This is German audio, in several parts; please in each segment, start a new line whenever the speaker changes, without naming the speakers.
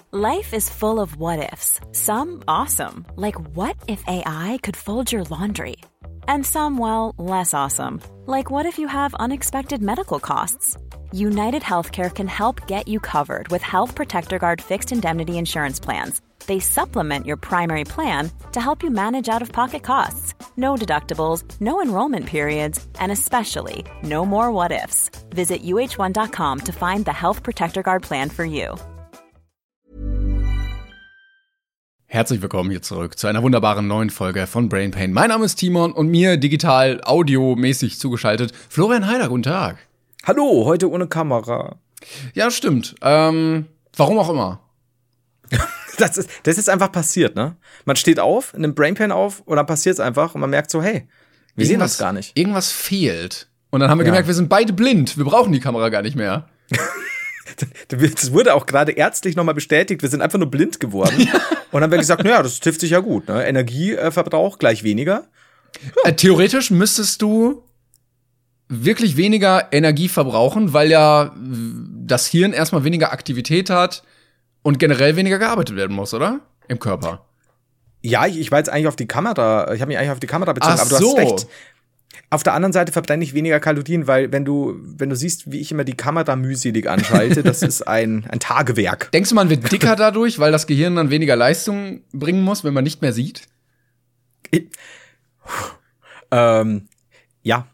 Life is full of what-ifs. Some awesome, like what if AI could fold your laundry? And some, well, less awesome, like what if you have unexpected medical costs? United Healthcare can help get you covered with Health Protector Guard fixed indemnity insurance plans. They supplement your primary plan to help you manage out-of-pocket costs. No deductibles, no enrollment periods, and especially no more what-ifs. Visit uh1.com to find the Health Protector Guard plan for you.
Herzlich willkommen hier zurück zu einer wunderbaren neuen Folge von Brain Pain. Mein Name ist Timon und mir digital, audiomäßig zugeschaltet Florian Heider, guten Tag.
Hallo, heute ohne Kamera.
Ja, stimmt. Warum auch immer.
Das ist einfach passiert, ne? Man steht auf, nimmt Brain Pain auf und dann passiert es einfach und man merkt so, hey, wir sehen das gar nicht.
Irgendwas fehlt. Und dann haben wir gemerkt, wir sind beide blind. Wir brauchen die Kamera gar nicht mehr.
Das wurde auch gerade ärztlich nochmal bestätigt. Wir sind einfach nur blind geworden. Ja. Und dann haben wir gesagt, naja, das trifft sich ja gut. Ne? Energieverbrauch gleich weniger.
Ja. Theoretisch müsstest du wirklich weniger Energie verbrauchen, weil ja das Hirn erstmal weniger Aktivität hat und generell weniger gearbeitet werden muss, oder? Im Körper.
Ja, ich war jetzt eigentlich auf die Kamera. Ich habe mich eigentlich auf die Kamera bezogen.
Ach
aber du
so.
hast recht. Auf der anderen Seite verbrenne ich weniger Kalorien, weil wenn du siehst, wie ich immer die Kamera mühselig anschalte, das ist ein Tagewerk.
Denkst du, man wird dicker dadurch, weil das Gehirn dann weniger Leistung bringen muss, wenn man nicht mehr sieht?
Ja.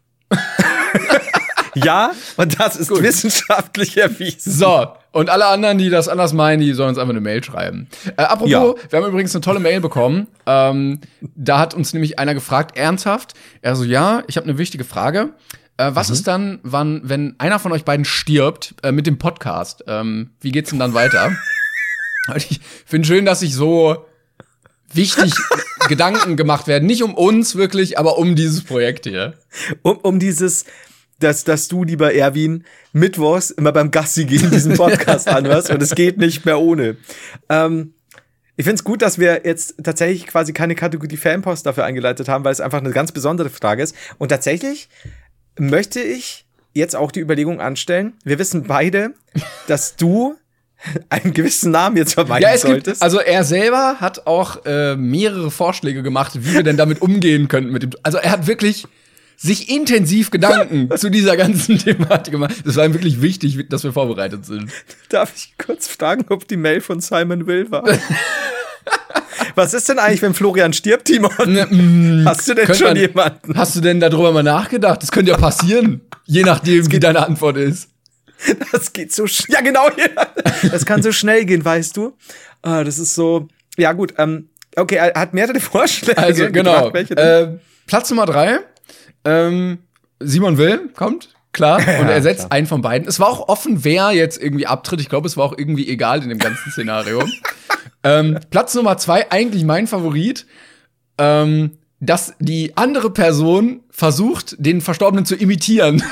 Ja, und das ist gut. Wissenschaftlich erwiesen.
So, und alle anderen, die das anders meinen, die sollen uns einfach eine Mail schreiben. Apropos, wir haben übrigens eine tolle Mail bekommen. Da hat uns nämlich einer gefragt, ernsthaft, er so, ja, ich habe eine wichtige Frage. Was ist dann, wenn einer von euch beiden stirbt mit dem Podcast? Wie geht's denn dann weiter? Ich finde schön, dass sich so wichtig Gedanken gemacht werden. Nicht um uns wirklich, aber um dieses Projekt hier.
Um dieses dass du, lieber Erwin, mittwochs immer beim Gassi gehen diesen Podcast anhörst und es geht nicht mehr ohne. Ich find's gut, dass wir jetzt tatsächlich quasi keine Kategorie Fanpost dafür eingeleitet haben, weil es einfach eine ganz besondere Frage ist. Und tatsächlich möchte ich jetzt auch die Überlegung anstellen, wir wissen beide, dass du einen gewissen Namen jetzt vermeiden solltest.
Also er selber hat auch mehrere Vorschläge gemacht, wie wir denn damit umgehen könnten mit dem. Also er hat wirklich sich intensiv Gedanken zu dieser ganzen Thematik gemacht. Das war ihm wirklich wichtig, dass wir vorbereitet sind.
Darf ich kurz fragen, ob die Mail von Simon Will war? Was ist denn eigentlich, wenn Florian stirbt, Timon? Hast du denn schon jemanden?
Hast du denn darüber mal nachgedacht? Das könnte ja passieren, je nachdem, wie deine Antwort ist.
Das geht so schnell. Ja, genau. Das kann so schnell gehen, weißt du? Das ist so. Ja, gut. Okay, er hat mehrere Vorschläge.
Also, genau.
Gebracht. Welche denn?
Platz Nummer 3. Simon Will kommt, klar. Und er ersetzt einen von beiden. Es war auch offen, wer jetzt irgendwie abtritt. Ich glaube, es war auch irgendwie egal in dem ganzen Szenario. Platz Nummer 2, eigentlich mein Favorit. Dass die andere Person versucht, den Verstorbenen zu imitieren.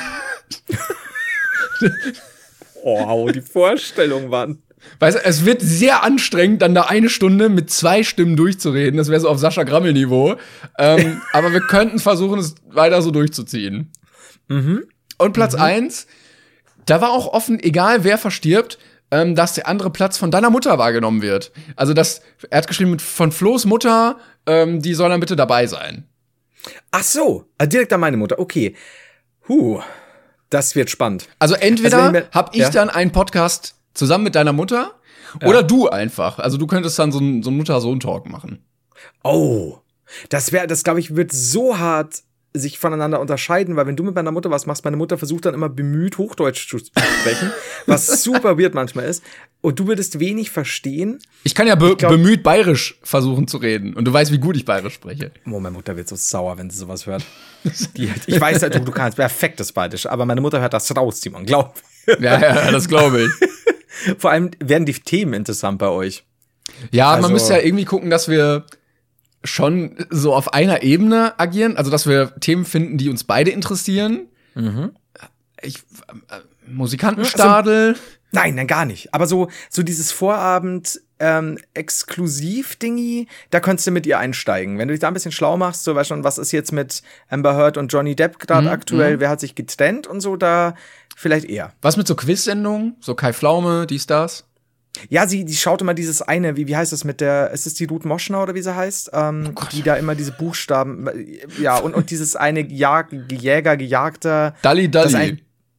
Oh, die Vorstellung, Mann.
Weißt du, es wird sehr anstrengend, dann da eine Stunde mit 2 Stimmen durchzureden. Das wäre so auf Sascha Grammel-Niveau. Aber wir könnten versuchen, es weiter so durchzuziehen. Mhm. Und Platz 1, da war auch offen, egal wer verstirbt, dass der andere Platz von deiner Mutter wahrgenommen wird. Also er hat geschrieben, von Flo's Mutter, die soll dann bitte dabei sein.
Ach so, direkt an meine Mutter, okay. Das wird spannend.
Also entweder hab ich dann einen Podcast zusammen mit deiner Mutter oder du einfach. Also du könntest dann so einen Mutter-Sohn-Talk machen.
Oh, das glaube ich, wird so hart sich voneinander unterscheiden, weil wenn du mit meiner Mutter was machst, meine Mutter versucht dann immer bemüht, Hochdeutsch zu sprechen, was super weird manchmal ist. Und du würdest wenig verstehen.
Ich kann ja bemüht bayerisch versuchen zu reden. Und du weißt, wie gut ich bayerisch spreche.
Oh, meine Mutter wird so sauer, wenn sie sowas hört. Ich weiß ja, du kannst perfektes Bayerisch, aber meine Mutter hört das raus, Simon, glaub mir.
Ja, das glaube ich.
Vor allem werden die Themen interessant bei euch.
Ja, man müsste ja irgendwie gucken, dass wir schon so auf einer Ebene agieren. Also, dass wir Themen finden, die uns beide interessieren. Mhm. Musikantenstadel.
Also, nein, gar nicht. Aber so dieses Vorabend Exklusiv-Dingi, da könntest du mit ihr einsteigen. Wenn du dich da ein bisschen schlau machst, so weißt du schon, was ist jetzt mit Amber Heard und Johnny Depp gerade aktuell, wer hat sich getrennt und so, da vielleicht eher.
Was mit so Quiz-Sendungen? So Kai Pflaume, dies, das?
Ja, die schaut immer dieses eine, wie heißt das mit der, ist es die Ruth Moschner oder wie sie heißt? Die da immer diese Buchstaben, ja, und dieses eine Gejagter.
Dalli.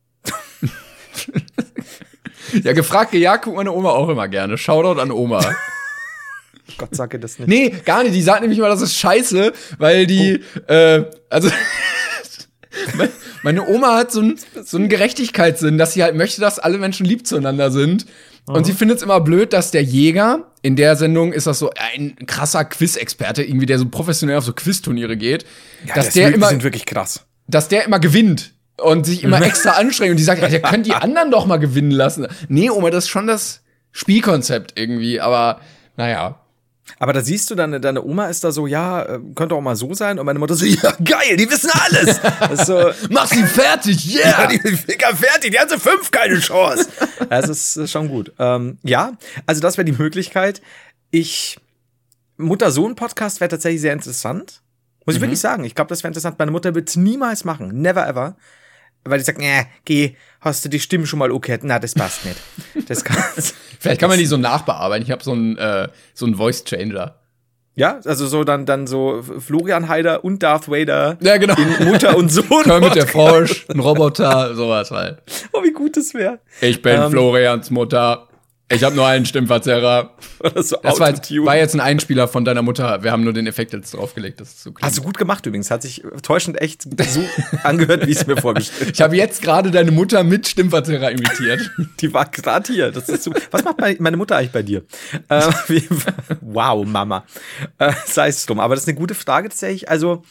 Ja, gefragt, gejagt guckt meine Oma auch immer gerne. Shoutout an Oma.
Gott, sag ihr das nicht.
Nee, gar nicht. Die sagt nämlich immer, das ist scheiße, weil die, also meine Oma hat so einen Gerechtigkeitssinn, dass sie halt möchte, dass alle Menschen lieb zueinander sind. Und sie findet es immer blöd, dass der Jäger, in der Sendung ist das so ein krasser Quiz-Experte, irgendwie, der so professionell auf so Quizturniere geht,
Ja,
dass
die sind wirklich krass.
dass der immer gewinnt und sich immer extra anstrengt und die sagt, ja, ihr könnt die anderen doch mal gewinnen lassen. Nee, Oma, das ist schon das Spielkonzept irgendwie, aber naja.
Aber da siehst du, deine Oma ist da so, ja, könnte auch mal so sein. Und meine Mutter so, ja, geil, die wissen alles. Das ist so,
mach sie fertig, yeah!
Ja, die Finger fertig, die haben so 5 keine Chance. Das ist schon gut. Ja, also das wäre die Möglichkeit. Mutter-Sohn-Podcast wäre tatsächlich sehr interessant. Muss ich wirklich sagen. Ich glaube, das wäre interessant. Meine Mutter wird es niemals machen. Never ever. Weil die sagt, geh, hast du die Stimme schon mal okay? Na, das passt nicht.
Vielleicht kann man die so nachbearbeiten. Ich habe so einen Voice-Changer.
Ja, also so dann so Florian Heider und Darth Vader.
Ja, genau.
In Mutter und Sohn.
Mit der Frosch, ein Roboter, sowas halt.
Oh, wie gut das wäre.
Ich bin Florians Mutter. Ich habe nur einen Stimmverzerrer.
Oder so
das war jetzt ein Einspieler von deiner Mutter. Wir haben nur den Effekt jetzt draufgelegt. Das ist so
Hast du gut gemacht übrigens. Hat sich täuschend echt so angehört, wie ich es mir vorgestellt habe.
Ich habe jetzt gerade deine Mutter mit Stimmverzerrer imitiert.
Die war gerade hier. Das ist so. Was macht meine Mutter eigentlich bei dir? Wow, Mama. Sei es drum. Aber das ist eine gute Frage tatsächlich. Also,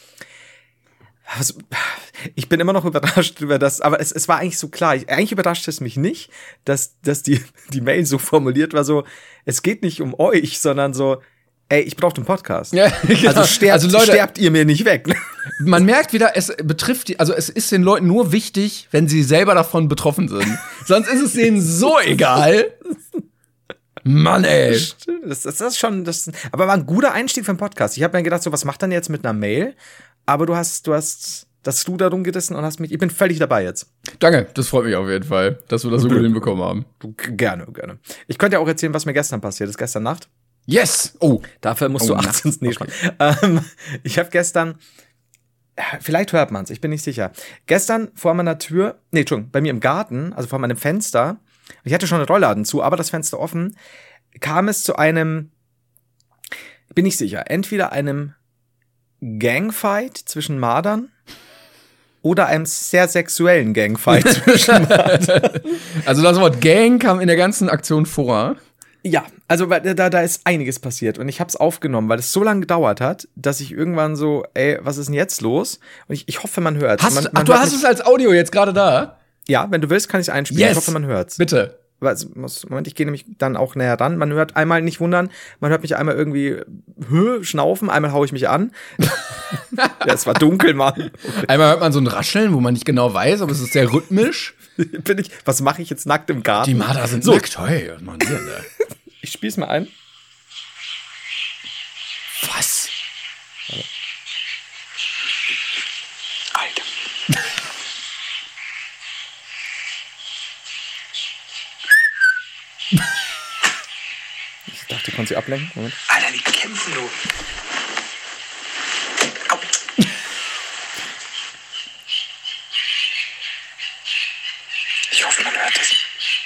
ich bin immer noch überrascht über das, aber es war eigentlich so klar. Eigentlich überrascht es mich nicht, dass die Mail so formuliert war, so, es geht nicht um euch, sondern so, ey, ich brauche den Podcast. Ja, genau. Also Leute, sterbt ihr mir nicht weg.
Man merkt wieder, es ist den Leuten nur wichtig, wenn sie selber davon betroffen sind. Sonst ist es denen so egal. Mann, ey.
Das ist schon, aber war ein guter Einstieg für einen Podcast. Ich habe mir gedacht, so, was macht dann jetzt mit einer Mail? Aber du hast das Ruder rumgerissen und ich bin völlig dabei jetzt.
Danke, das freut mich auf jeden Fall, dass wir das so gut hinbekommen haben.
Gerne. Ich könnte ja auch erzählen, was mir gestern passiert ist, gestern Nacht.
Yes! Oh.
Dafür musst du 18. Nee, okay. Ich habe gestern, vielleicht hört man es, ich bin nicht sicher. Gestern vor meiner Tür, bei mir im Garten, also vor meinem Fenster, ich hatte schon einen Rollladen zu, aber das Fenster offen, kam es zu einem, bin ich sicher, entweder einem Gangfight zwischen Mardern oder einem sehr sexuellen Gangfight zwischen Mardern.
Also das Wort Gang kam in der ganzen Aktion vor.
Ja, also da ist einiges passiert und ich hab's aufgenommen, weil es so lange gedauert hat, dass ich irgendwann so, ey, was ist denn jetzt los? Und ich hoffe, man hört's.
Du hast es als Audio jetzt gerade da?
Ja, wenn du willst, kann ich einspielen.
Yes.
Ich hoffe, man hört's.
Bitte.
Moment, ich gehe nämlich dann auch näher ran. Man hört einmal, nicht wundern, man hört mich einmal irgendwie schnaufen, einmal hau ich mich an. Ja, es war dunkel, Mann.
Einmal hört man so ein Rascheln, wo man nicht genau weiß, aber es ist sehr rhythmisch.
Was mache ich jetzt nackt im Garten?
Die Marder sind so nackt. Hey, was machen die denn da?
Ich spiel's mal ein.
Was?
Alter. Ich dachte, du konntest sie ablenken. Moment.
Alter, die kämpfen, du. Au. Ich hoffe, man hört das.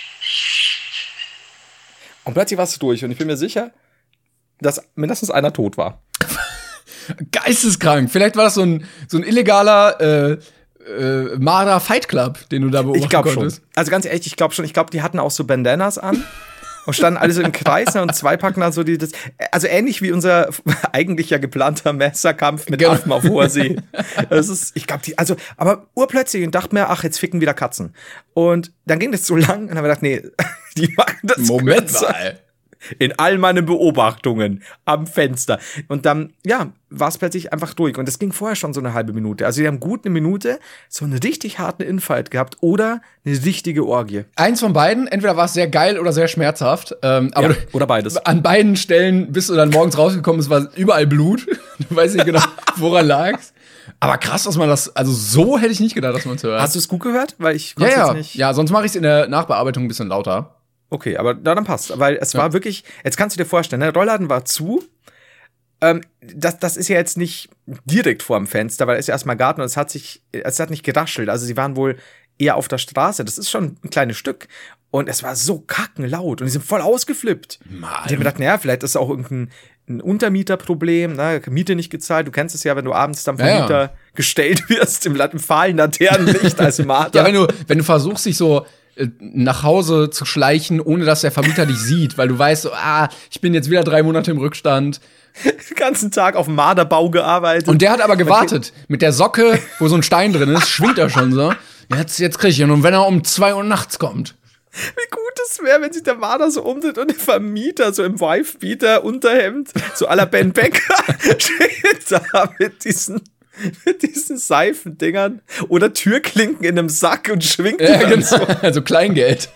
Und plötzlich warst du durch und ich bin mir sicher, dass mindestens einer tot war.
Geisteskrank. Vielleicht war das so ein illegaler Marder Fight Club, den du da beobachten konntest.
Schon. Also ganz ehrlich, ich glaube schon. Ich glaube, die hatten auch so Bandanas an und standen alle so im Kreis und zwei packen dann so also ähnlich wie unser eigentlich ja geplanter Messerkampf mit Affen auf hoher See. Das ist, ich glaube, aber urplötzlich und dachte mir, ach, jetzt ficken wieder Katzen. Und dann ging das so lang und dann haben wir gedacht, nee, die machen das
Moment mal.
In all meinen Beobachtungen am Fenster. Und dann, ja, war es plötzlich einfach durch. Und das ging vorher schon so eine halbe Minute. Also die haben gut eine Minute so einen richtig harten Infight gehabt oder eine richtige Orgie.
Eins von beiden, entweder war es sehr geil oder sehr schmerzhaft. Aber
ja, oder beides.
An beiden Stellen bist du dann morgens rausgekommen, es war überall Blut. Du weißt nicht genau, woran lag's. Aber krass, dass man das, also so hätte ich nicht gedacht, dass man es hört.
Hast du es gut gehört? Weil ich
jetzt nicht. Ja, sonst mache ich es in der Nachbearbeitung ein bisschen lauter.
Okay, aber dann passt, weil es war wirklich, jetzt kannst du dir vorstellen, der Rollladen war zu. Das ist ja jetzt nicht direkt vorm Fenster, weil es ist ja erstmal Garten und es hat nicht geraschelt. Also sie waren wohl eher auf der Straße. Das ist schon ein kleines Stück. Und es war so kackenlaut und die sind voll ausgeflippt.
Mann.
Und ich hab mir gedacht, naja, vielleicht ist auch irgendein ein Untermieterproblem, ne? Miete nicht gezahlt. Du kennst es ja, wenn du abends dann vom Mieter gestellt wirst im fahlen Laternenlicht als Marder.
Ja, wenn du versuchst, dich so nach Hause zu schleichen, ohne dass der Vermieter dich sieht, weil du weißt so, ich bin jetzt wieder 3 Monate im Rückstand.
Den ganzen Tag auf dem Marderbau gearbeitet.
Und der hat aber gewartet. Mit der Socke, wo so ein Stein drin ist, schwingt er schon so. Jetzt krieg ich ihn. Und wenn er um 2 Uhr nachts kommt.
Wie gut es wäre, wenn sich der Marder so umdreht und der Vermieter so im Wife-Beater, Unterhemd, so à la Ben Becker, steht da mit diesen Seifendingern oder Türklinken in einem Sack und schwingt die dann
genau.
so.
Also Kleingeld.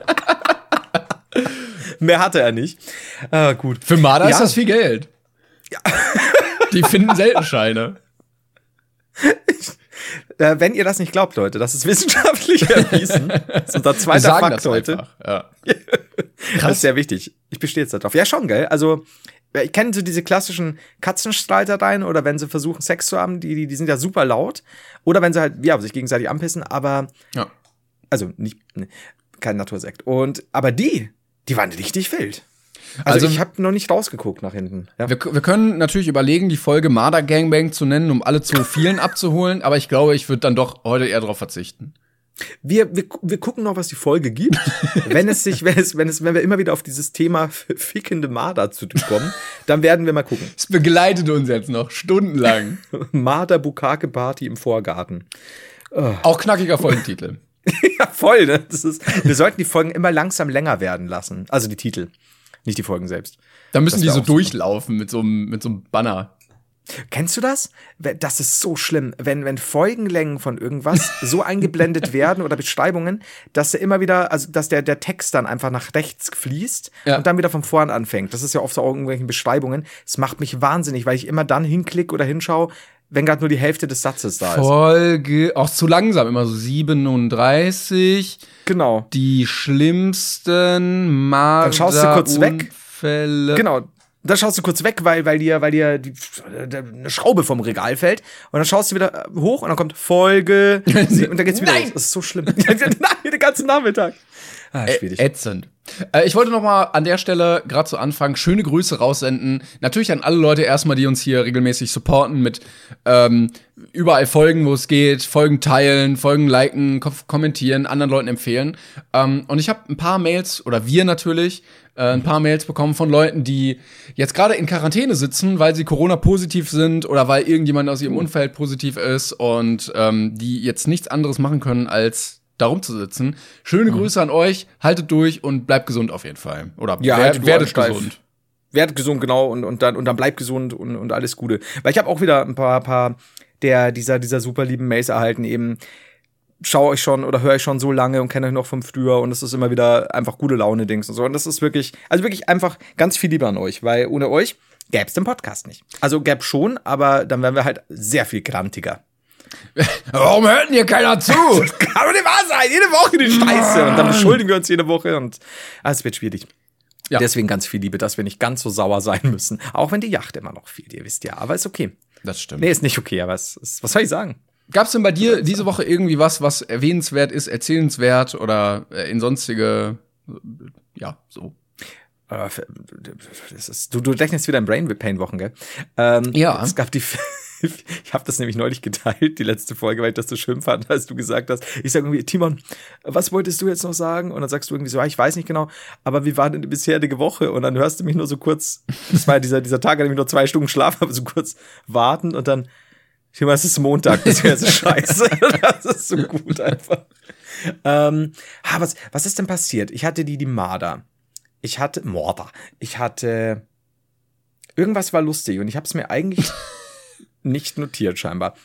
Mehr hatte er nicht. Gut.
Für Marder ist das viel Geld. Ja. Die finden selten Scheine.
Wenn ihr das nicht glaubt, Leute, das ist wissenschaftlich erwiesen. Das ist unser zweiter Fakt heute.
Ja.
Das ist sehr wichtig. Ich bestehe jetzt darauf. Ja, schon, gell? Also, ich kenne so diese klassischen Katzenstreitereien oder wenn sie versuchen, Sex zu haben, die sind ja super laut. Oder wenn sie halt, sich gegenseitig anpissen, aber also nicht, kein Natursekt. Aber die waren richtig wild. Also ich habe noch nicht rausgeguckt nach hinten. Ja.
Wir können natürlich überlegen, die Folge Marder Gangbang zu nennen, um alle zu vielen abzuholen, aber ich glaube, ich würde dann doch heute eher darauf verzichten.
Wir gucken noch, was die Folge gibt. wenn wir immer wieder auf dieses Thema fickende Marder zurückkommen, dann werden wir mal gucken.
Es begleitet uns jetzt noch stundenlang.
Marder-Bukake-Party im Vorgarten.
Auch knackiger Folgentitel.
Ja, voll. Ne? Wir sollten die Folgen immer langsam länger werden lassen. Also die Titel. Nicht die Folgen selbst.
Da müssen die so durchlaufen mit so einem Banner.
Kennst du das? Das ist so schlimm, wenn Folgenlängen von irgendwas so eingeblendet werden oder Beschreibungen, dass er immer wieder, also dass der Text dann einfach nach rechts fließt und dann wieder von vorn anfängt. Das ist ja oft so irgendwelchen Beschreibungen. Das macht mich wahnsinnig, weil ich immer dann hinklicke oder hinschaue, wenn gerade nur die Hälfte des Satzes da ist.
Folge, auch zu langsam, immer so 37.
Genau.
Die schlimmsten Marder-Unfälle.
Dann schaust du kurz weg. Genau. Dann schaust du kurz weg, weil dir eine Schraube vom Regal fällt. Und dann schaust du wieder hoch und dann kommt Folge. Und dann geht's wieder los. Das ist so schlimm. Nein, den ganzen Nachmittag. Schwierig.
Ätzend. Ich wollte noch mal an der Stelle, gerade zu Anfang, schöne Grüße raussenden. Natürlich an alle Leute erstmal, die uns hier regelmäßig supporten mit überall Folgen, wo es geht, Folgen teilen, Folgen liken, kommentieren, anderen Leuten empfehlen. Und ich habe ein paar Mails, oder wir natürlich, ein paar Mails bekommen von Leuten, die jetzt gerade in Quarantäne sitzen, weil sie Corona-positiv sind oder weil irgendjemand aus ihrem Umfeld positiv ist und die jetzt nichts anderes machen können, als da rumzusitzen. Schöne Grüße an euch, haltet durch und bleibt gesund auf jeden Fall. Oder werdet gesund.
Werdet gesund, genau, und dann bleibt gesund und alles Gute. Weil ich habe auch wieder ein paar dieser super lieben Mails erhalten, eben schaue euch schon oder höre ich schon so lange und kenne euch noch von früher und es ist immer wieder einfach gute Laune-Dings und so. Und das ist wirklich einfach ganz viel Liebe an euch, weil ohne euch gäb's den Podcast nicht. Also gäb's schon, aber dann wären wir halt sehr viel grantiger.
Warum hört denn hier keiner zu?
Das kann doch nicht wahr sein. Jede Woche die Scheiße. Und dann beschuldigen wir uns jede Woche und es wird schwierig. Ja. Deswegen ganz viel Liebe, dass wir nicht ganz so sauer sein müssen. Auch wenn die Yacht immer noch fehlt, ihr wisst ja. Aber ist okay.
Das stimmt.
Nee, ist nicht okay, aber was soll ich sagen?
Gab's denn bei dir diese Woche irgendwie was erwähnenswert ist, erzählenswert oder in sonstige, so?
Du rechnest wieder in Brain Pain Wochen, gell?
Ja.
Es gab ich habe das nämlich neulich geteilt, die letzte Folge, weil ich das so schön fand, als du gesagt hast. Ich sage irgendwie, Timon, was wolltest du jetzt noch sagen? Und dann sagst du irgendwie so, ich weiß nicht genau, aber wie war denn die bisherige Woche? Und dann hörst du mich nur so kurz, das war ja dieser Tag, an dem ich nur 2 Stunden Schlaf habe, so kurz warten und dann, Timon, es ist Montag, das wäre so scheiße. Das ist so gut einfach. Was ist denn passiert? Ich hatte die Marder. Ich hatte irgendwas war lustig und ich habe es mir eigentlich nicht notiert scheinbar.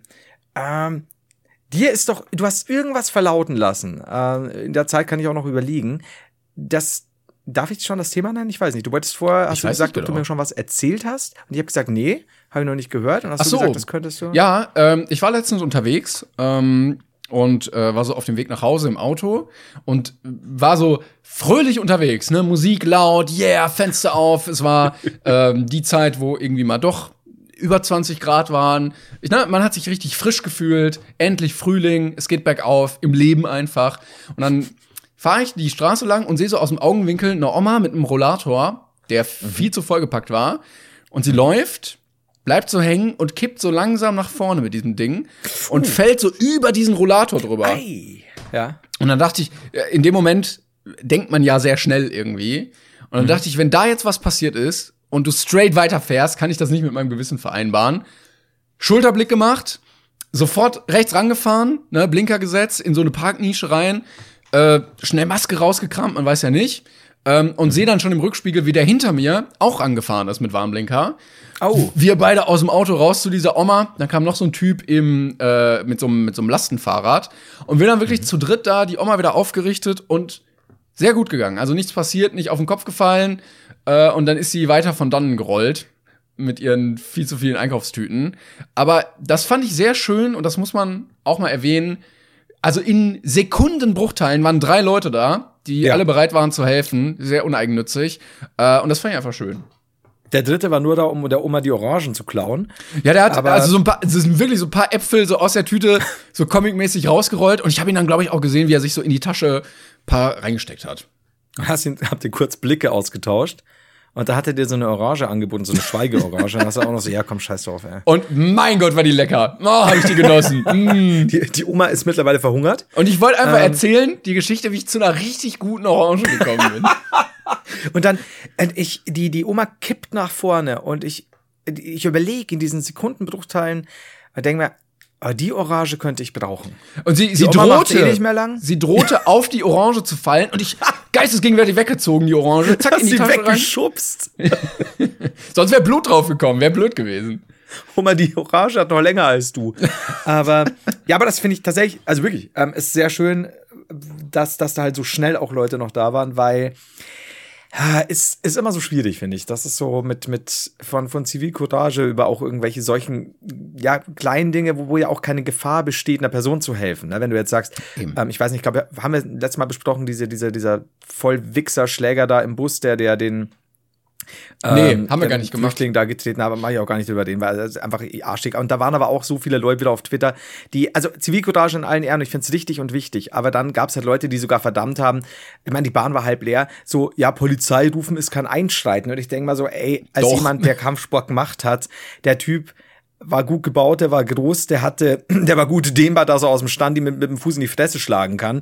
Dir ist doch, du hast irgendwas verlauten lassen. In der Zeit kann ich auch noch überlegen. Darf ich schon das Thema nennen? Ich weiß nicht. Du wolltest vorher, hast du gesagt, ob du mir schon was erzählt hast? Und ich habe gesagt, nee, habe ich noch nicht gehört. Und hast du gesagt, das könntest du?
Ja, ich war letztens unterwegs und war so auf dem Weg nach Hause im Auto und war so fröhlich unterwegs, ne? Musik laut, yeah, Fenster auf. Es war die Zeit, wo irgendwie mal doch über 20 Grad waren. Man hat sich richtig frisch gefühlt. Endlich Frühling, es geht bergauf, im Leben einfach. Und dann fahre ich die Straße lang und sehe so aus dem Augenwinkel eine Oma mit einem Rollator, der viel zu vollgepackt war. Und sie läuft, bleibt so hängen und kippt so langsam nach vorne mit diesem Ding und fällt so über diesen Rollator drüber.
Ei. Ja.
Und dann dachte ich, in dem Moment denkt man ja sehr schnell irgendwie. Und dann dachte ich, wenn da jetzt was passiert ist und du straight weiterfährst, kann ich das nicht mit meinem Gewissen vereinbaren. Schulterblick gemacht, sofort rechts rangefahren, ne, Blinker gesetzt, in so eine Parknische rein, schnell Maske rausgekramt, man weiß ja nicht. Und sehe dann schon im Rückspiegel, wie der hinter mir auch angefahren ist mit Warnblinker.
Oh.
Wir beide aus dem Auto raus zu dieser Oma. Dann kam noch so ein Typ mit so einem Lastenfahrrad. Und wir dann wirklich zu dritt da, die Oma wieder aufgerichtet und sehr gut gegangen. Also nichts passiert, nicht auf den Kopf gefallen. Und dann ist sie weiter von dannen gerollt mit ihren viel zu vielen Einkaufstüten. Aber das fand ich sehr schön und das muss man auch mal erwähnen. Also in Sekundenbruchteilen waren 3 Leute da, die alle bereit waren zu helfen. Sehr uneigennützig. Und das fand ich einfach schön.
Der dritte war nur da, um der Oma die Orangen zu klauen.
Ja, der hat also so ein paar, es sind wirklich so ein paar Äpfel so aus der Tüte so comicmäßig rausgerollt. Und ich habe ihn dann, glaube ich, auch gesehen, wie er sich so in die Tasche ein paar reingesteckt hat.
Habt ihr kurz Blicke ausgetauscht. Und da hat er dir so eine Orange angeboten, so eine Schweigeorange. Und hast du auch noch so, ja, komm, scheiß drauf, ey.
Und mein Gott, war die lecker. Oh, hab ich die genossen.
Die Oma ist mittlerweile verhungert.
Und ich wollte einfach erzählen, die Geschichte, wie ich zu einer richtig guten Orange gekommen bin.
Und dann, die Oma kippt nach vorne und ich überlege in diesen Sekundenbruchteilen, denke mir, aber die Orange könnte ich brauchen.
Und sie drohte, nicht mehr lang. Sie drohte, auf die Orange zu fallen und ich geistesgegenwärtig weggezogen, die Orange. Zack, in die Tasche
weggeschubst.
Sonst wäre Blut drauf gekommen, wäre blöd gewesen.
Oma, die Orange hat noch länger als du. aber das finde ich tatsächlich, also wirklich, ist sehr schön, dass da halt so schnell auch Leute noch da waren, weil ist immer so schwierig, finde ich. Das ist so von Zivilcourage über auch irgendwelche solchen, ja, kleinen Dinge, wo ja auch keine Gefahr besteht, einer Person zu helfen. Ne? Wenn du jetzt sagst, ich weiß nicht, ich glaube, haben wir letztes Mal besprochen, dieser Vollwichser-Schläger da im Bus, der den
haben wir gar nicht gemacht.
Flüchtling da getreten, aber mache ich auch gar nicht über den, weil das ist einfach arschig. Und da waren aber auch so viele Leute wieder auf Twitter, also Zivilcourage in allen Ehren, ich finde es richtig und wichtig, aber dann gab es halt Leute, die sogar verdammt haben, ich meine, die Bahn war halb leer, so, ja, Polizei rufen ist kein Einschreiten. Und ich denke mal so, ey, als jemand, der Kampfsport gemacht hat, der Typ war gut gebaut, der war groß, der war gut dehnbar, dass er aus dem Stand die mit dem Fuß in die Fresse schlagen kann.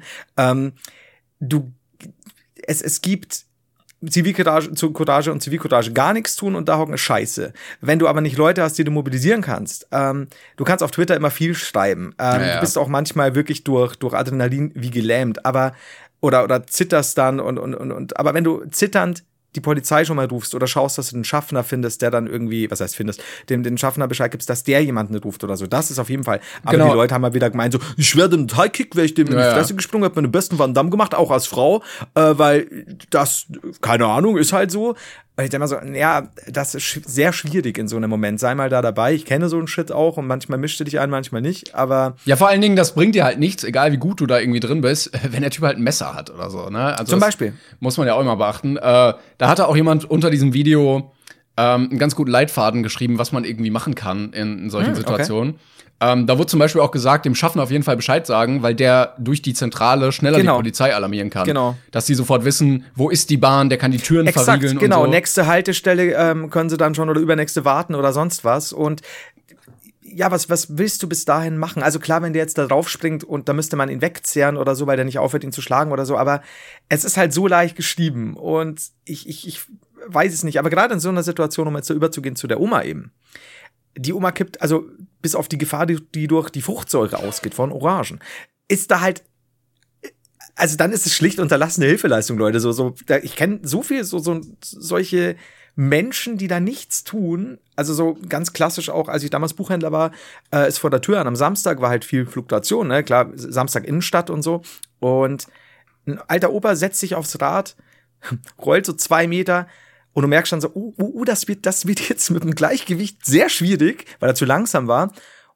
Es gibt Courage und Zivilcourage gar nichts tun und da hocken ist scheiße. Wenn du aber nicht Leute hast, die du mobilisieren kannst, du kannst auf Twitter immer viel schreiben. Du bist auch manchmal wirklich durch Adrenalin wie gelähmt, aber oder zitterst dann und aber wenn du zitternd die Polizei schon mal rufst oder schaust, dass du den Schaffner findest, der dann irgendwie, was heißt findest, den Schaffner Bescheid gibst, dass der jemanden ruft oder so. Das ist auf jeden Fall. Aber die Leute haben mal wieder gemeint, so, ich werde einen High-Kick, wäre ich dem in die Fresse gesprungen, hab meinen besten Van Damme gemacht, auch als Frau, weil das, keine Ahnung, ist halt so. Und ich denke mal so, ja, das ist sehr schwierig in so einem Moment. Sei mal da dabei. Ich kenne so einen Shit auch und manchmal mischt du dich ein, manchmal nicht, aber.
Ja, vor allen Dingen, das bringt dir halt nichts, egal wie gut du da irgendwie drin bist, wenn der Typ halt ein Messer hat oder so, ne? Also
zum Beispiel.
Muss man ja auch immer beachten. Da hatte auch jemand unter diesem Video einen ganz guten Leitfaden geschrieben, was man irgendwie machen kann in solchen Situationen. Okay. Da wurde zum Beispiel auch gesagt, dem Schaffner auf jeden Fall Bescheid sagen, weil der durch die Zentrale schneller die Polizei alarmieren kann.
Genau.
Dass die sofort wissen, wo ist die Bahn, der kann die Türen verriegeln
genau.
und so.
Nächste Haltestelle können sie dann schon oder übernächste warten oder sonst was. Und ja, was willst du bis dahin machen? Also klar, wenn der jetzt da drauf springt und da müsste man ihn wegzehren oder so, weil der nicht aufhört, ihn zu schlagen oder so, aber es ist halt so leicht geschrieben und ich weiß es nicht. Aber gerade in so einer Situation, um jetzt so überzugehen zu der Oma eben, die Oma kippt, also bis auf die Gefahr, die durch die Fruchtsäure ausgeht von Orangen, ist da halt, also dann ist es schlicht unterlassene Hilfeleistung, Leute. Ich kenne so viel, solche Menschen, die da nichts tun. Also so ganz klassisch auch, als ich damals Buchhändler war, ist vor der Tür an. Am Samstag war halt viel Fluktuation, ne? Klar, Samstag Innenstadt und so. Und ein alter Opa setzt sich aufs Rad, rollt so 2 Meter. Und du merkst dann so, das wird jetzt mit dem Gleichgewicht sehr schwierig, weil er zu langsam war.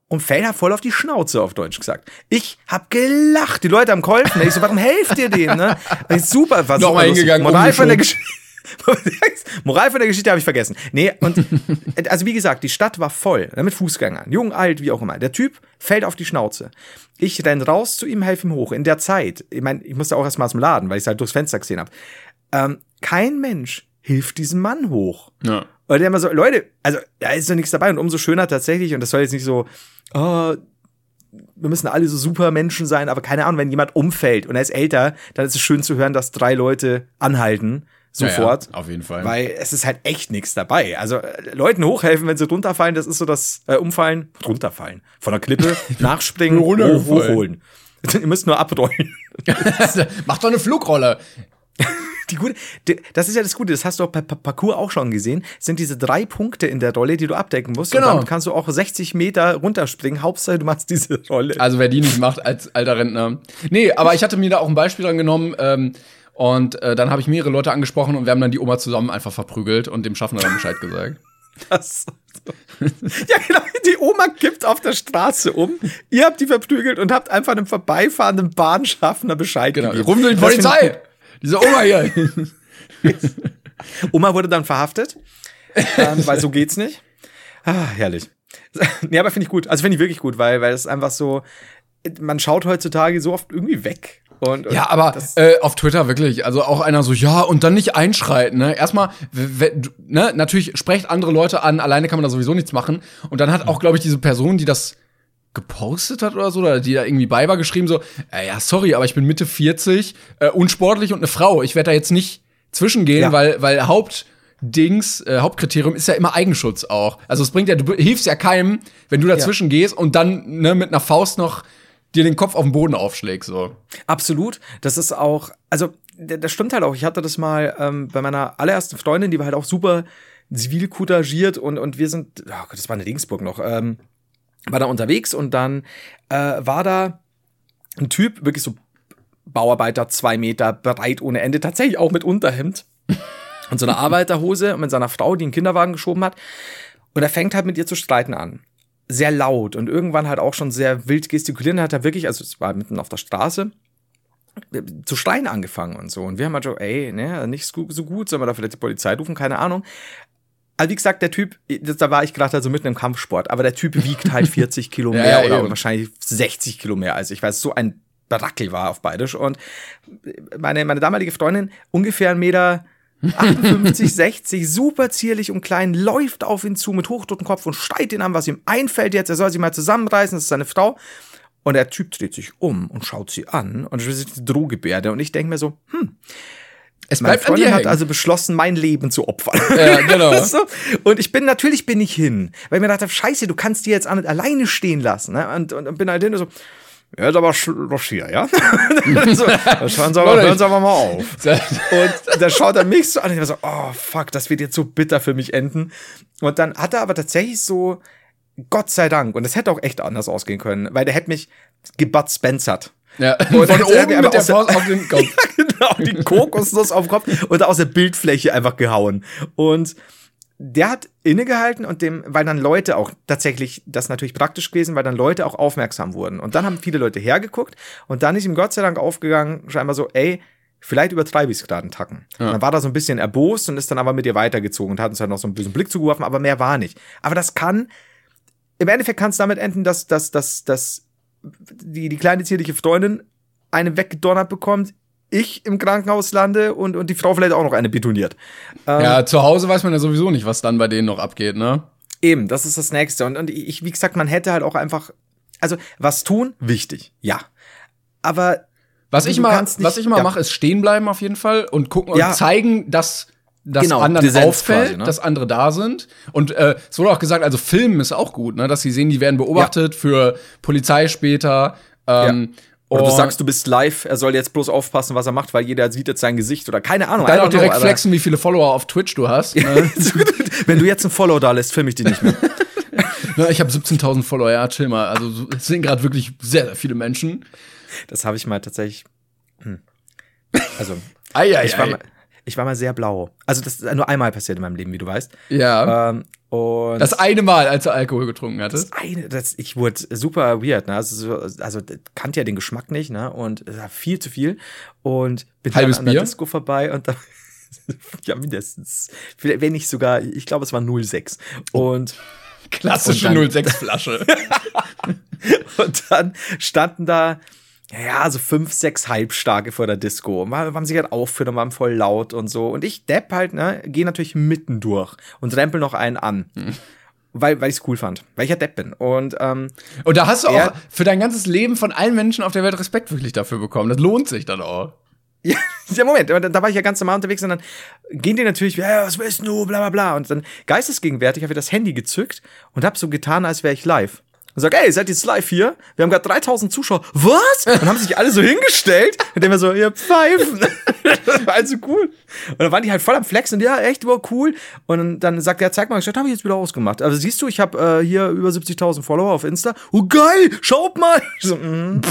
und fällt halt voll auf die Schnauze, auf Deutsch gesagt. Ich hab gelacht, die Leute haben geholfen. Ich so, warum helft ihr denen? Ne? Super, war
Nochmal hingegangen,
Moral von der Geschichte. Moral von der Geschichte habe ich vergessen. Nee, und also wie gesagt, die Stadt war voll, mit Fußgängern, jung, alt, wie auch immer. Der Typ fällt auf die Schnauze. Ich renn raus zu ihm, helfe ihm hoch. In der Zeit, ich meine, ich musste auch erst mal aus dem Laden, weil ich es halt durchs Fenster gesehen habe. Kein Mensch hilft diesem Mann hoch.
Ja.
Weil der immer so, Leute, also da ist doch nichts dabei. Und umso schöner tatsächlich, und das soll jetzt nicht so, wir müssen alle so super Menschen sein, aber keine Ahnung, wenn jemand umfällt und er ist älter, dann ist es schön zu hören, dass 3 Leute anhalten. Sofort.
Ja, auf jeden Fall.
Weil es ist halt echt nichts dabei. Also Leuten hochhelfen, wenn sie runterfallen, das ist so das Umfallen, runterfallen. Von der Klippe, nachspringen, hochholen. Ihr müsst nur abrollen.
Macht doch eine Flugrolle.
Das ist ja das Gute, das hast du auch bei Parkour auch schon gesehen, sind diese 3 Punkte in der Rolle, die du abdecken musst.
Genau.
Und dann kannst du auch 60 Meter runterspringen. Hauptsache, du machst diese Rolle.
Also wer die nicht macht als alter Rentner. Nee, aber ich hatte mir da auch ein Beispiel angenommen, und dann habe ich mehrere Leute angesprochen und wir haben dann die Oma zusammen einfach verprügelt und dem Schaffner dann Bescheid gesagt.
Ja, genau. Die Oma kippt auf der Straße um. Ihr habt die verprügelt und habt einfach einem vorbeifahrenden Bahnschaffner Bescheid gegeben.
Rufen Sie die Polizei! Diese Oma hier!
Oma wurde dann verhaftet, weil so geht's nicht. Herrlich. Nee, aber finde ich gut. Also finde ich wirklich gut, weil es einfach so, man schaut heutzutage so oft irgendwie weg. Und
ja, aber auf Twitter wirklich, also auch einer so, ja, und dann nicht einschreiten, ne? Erstmal, ne, natürlich sprecht andere Leute an, alleine kann man da sowieso nichts machen. Und dann hat auch, glaube ich, diese Person, die das gepostet hat oder so, oder die da irgendwie bei war, geschrieben so, ja, sorry, aber ich bin Mitte 40, unsportlich und eine Frau. Ich werde da jetzt nicht zwischengehen, weil Hauptkriterium ist ja immer Eigenschutz auch. Also es bringt ja, du hilfst ja keinem, wenn du dazwischen gehst und dann ne, mit einer Faust noch dir den Kopf auf den Boden aufschlägst, so. Absolut.
Das ist auch, also, das stimmt halt auch. Ich hatte das mal bei meiner allerersten Freundin, die war halt auch super zivilcouragiert und wir sind, oh Gott, das war in Regensburg noch, war da unterwegs und dann war da ein Typ, wirklich so Bauarbeiter, 2 Meter, breit ohne Ende, tatsächlich auch mit Unterhemd und so einer Arbeiterhose und mit seiner Frau, die einen Kinderwagen geschoben hat. Und er fängt halt mit ihr zu streiten an. Sehr laut und irgendwann halt auch schon sehr wild gestikulieren, hat er wirklich, also es war mitten auf der Straße, zu schreien angefangen und so. Und wir haben halt so, ey, ne, nicht so gut, sollen wir da vielleicht die Polizei rufen, keine Ahnung. Also wie gesagt, der Typ, da war ich gerade also mitten im Kampfsport, aber der Typ wiegt halt 40 Kilo mehr oder wahrscheinlich 60 Kilo mehr als ich, weil es so ein Barackel war auf Bayerisch. Und meine damalige Freundin, ungefähr 1,58 Meter 60, super zierlich und klein, läuft auf ihn zu mit hochrotem Kopf und schreit ihn an, was ihm einfällt jetzt. Er soll sich mal zusammenreißen, das ist seine Frau. Und der Typ dreht sich um und schaut sie an und das ist die Drohgebärde. Und ich denke mir so,
es
meine
bleibt an dir
Freundin hat
hängen.
also beschlossen, mein Leben zu opfern.
Ja, genau.
So. Und natürlich bin ich hin, weil ich mir gedacht habe, scheiße, du kannst die jetzt nicht alleine stehen lassen. Ne? Und bin halt hin und so, ja, ist aber doch hier, ja? So, hören Sie aber mal auf. Und da schaut er mich so an und ich war so, oh fuck, das wird jetzt so bitter für mich enden. Und dann hat er aber tatsächlich so, Gott sei Dank, und das hätte auch echt anders ausgehen können, weil der hätte mich Bud Spencert.
Ja,
und
von oben mit der Faust auf den Kopf.
Ja, genau, die Kokosnuss auf den Kopf und aus der Bildfläche einfach gehauen. Und der hat innegehalten und weil dann Leute auch tatsächlich, das ist natürlich praktisch gewesen, weil dann Leute auch aufmerksam wurden. Und dann haben viele Leute hergeguckt und dann ist ihm Gott sei Dank aufgegangen, scheinbar so, ey, vielleicht übertreibe ich es gerade einen Tacken. Ja. Und dann war da so ein bisschen erbost und ist dann aber mit ihr weitergezogen und hat uns halt noch so ein bisschen Blick zugeworfen, aber mehr war nicht. Aber im Endeffekt kann es damit enden, dass die kleine zierliche Freundin eine weggedonnert bekommt, ich im Krankenhaus lande und die Frau vielleicht auch noch eine betoniert.
Ja, zu Hause weiß man ja sowieso nicht, was dann bei denen noch abgeht, ne?
Eben, das ist das Nächste. Und ich, wie gesagt, man hätte halt auch einfach, also was tun, wichtig, ja. Aber
was ich mal mache, ist stehen bleiben auf jeden Fall und gucken und zeigen, dass
genau,
anderen
Präsenz
auffällt, quasi,
ne?
dass andere da sind. Und es wurde auch gesagt, also Filmen ist auch gut, ne? Dass sie sehen, die werden beobachtet für Polizei später.
Oder du sagst, du bist live, er soll jetzt bloß aufpassen, was er macht, weil jeder sieht jetzt sein Gesicht oder keine Ahnung.
Dann auch direkt flexen, wie viele Follower auf Twitch du hast. Ne?
Wenn du jetzt einen Follow da lässt, film ich die nicht mehr.
Na, ich habe 17.000 Follower, ja, chill mal. Also es sind gerade wirklich sehr, sehr viele Menschen.
Das habe ich mal tatsächlich. Also, Ich war mal sehr blau. Also das ist nur einmal passiert in meinem Leben, wie du weißt.
Ja.
Und
Das eine Mal, als du Alkohol getrunken hattest.
ich wurde super weird, ne? Also kannte ja den Geschmack nicht, ne? Und es war viel zu viel. Und bin
Halbes
dann an der
Bier?
Disco vorbei und da ja, mindestens. Wenn nicht sogar, ich glaube, es war 0,6. Und
Klassische
Und dann-
06-Flasche.
Und dann standen da, ja, so 5, 6 Halbstarke vor der Disco. Und haben sich halt aufgeführt und waren voll laut und so. Und ich, Depp halt, ne, gehe natürlich mitten durch und rempel noch einen an. Weil ich es cool fand. Weil ich ja Depp bin. Und,
Und da hast du auch
Er-
für dein ganzes Leben von allen Menschen auf der Welt Respekt wirklich dafür bekommen. Das lohnt sich dann auch.
ja, Moment, aber da war ich ja ganz normal unterwegs und dann gehen die natürlich, ja, was willst du, bla, bla, bla. Und dann geistesgegenwärtig habe ich das Handy gezückt und habe so getan, als wäre ich live. Und sag, ey, seid ihr jetzt live hier? Wir haben gerade 3000 Zuschauer. Was? Und haben sich alle so hingestellt. Und dann war so, ihr Pfeifen. Das war also cool. Und dann waren die halt voll am Flexen und ja, echt, war cool. Und dann sagt er, zeig mal, ich habe ich jetzt wieder ausgemacht. Also siehst du, ich habe hier über 70.000 Follower auf Insta. Oh geil, schaut mal. Ich so,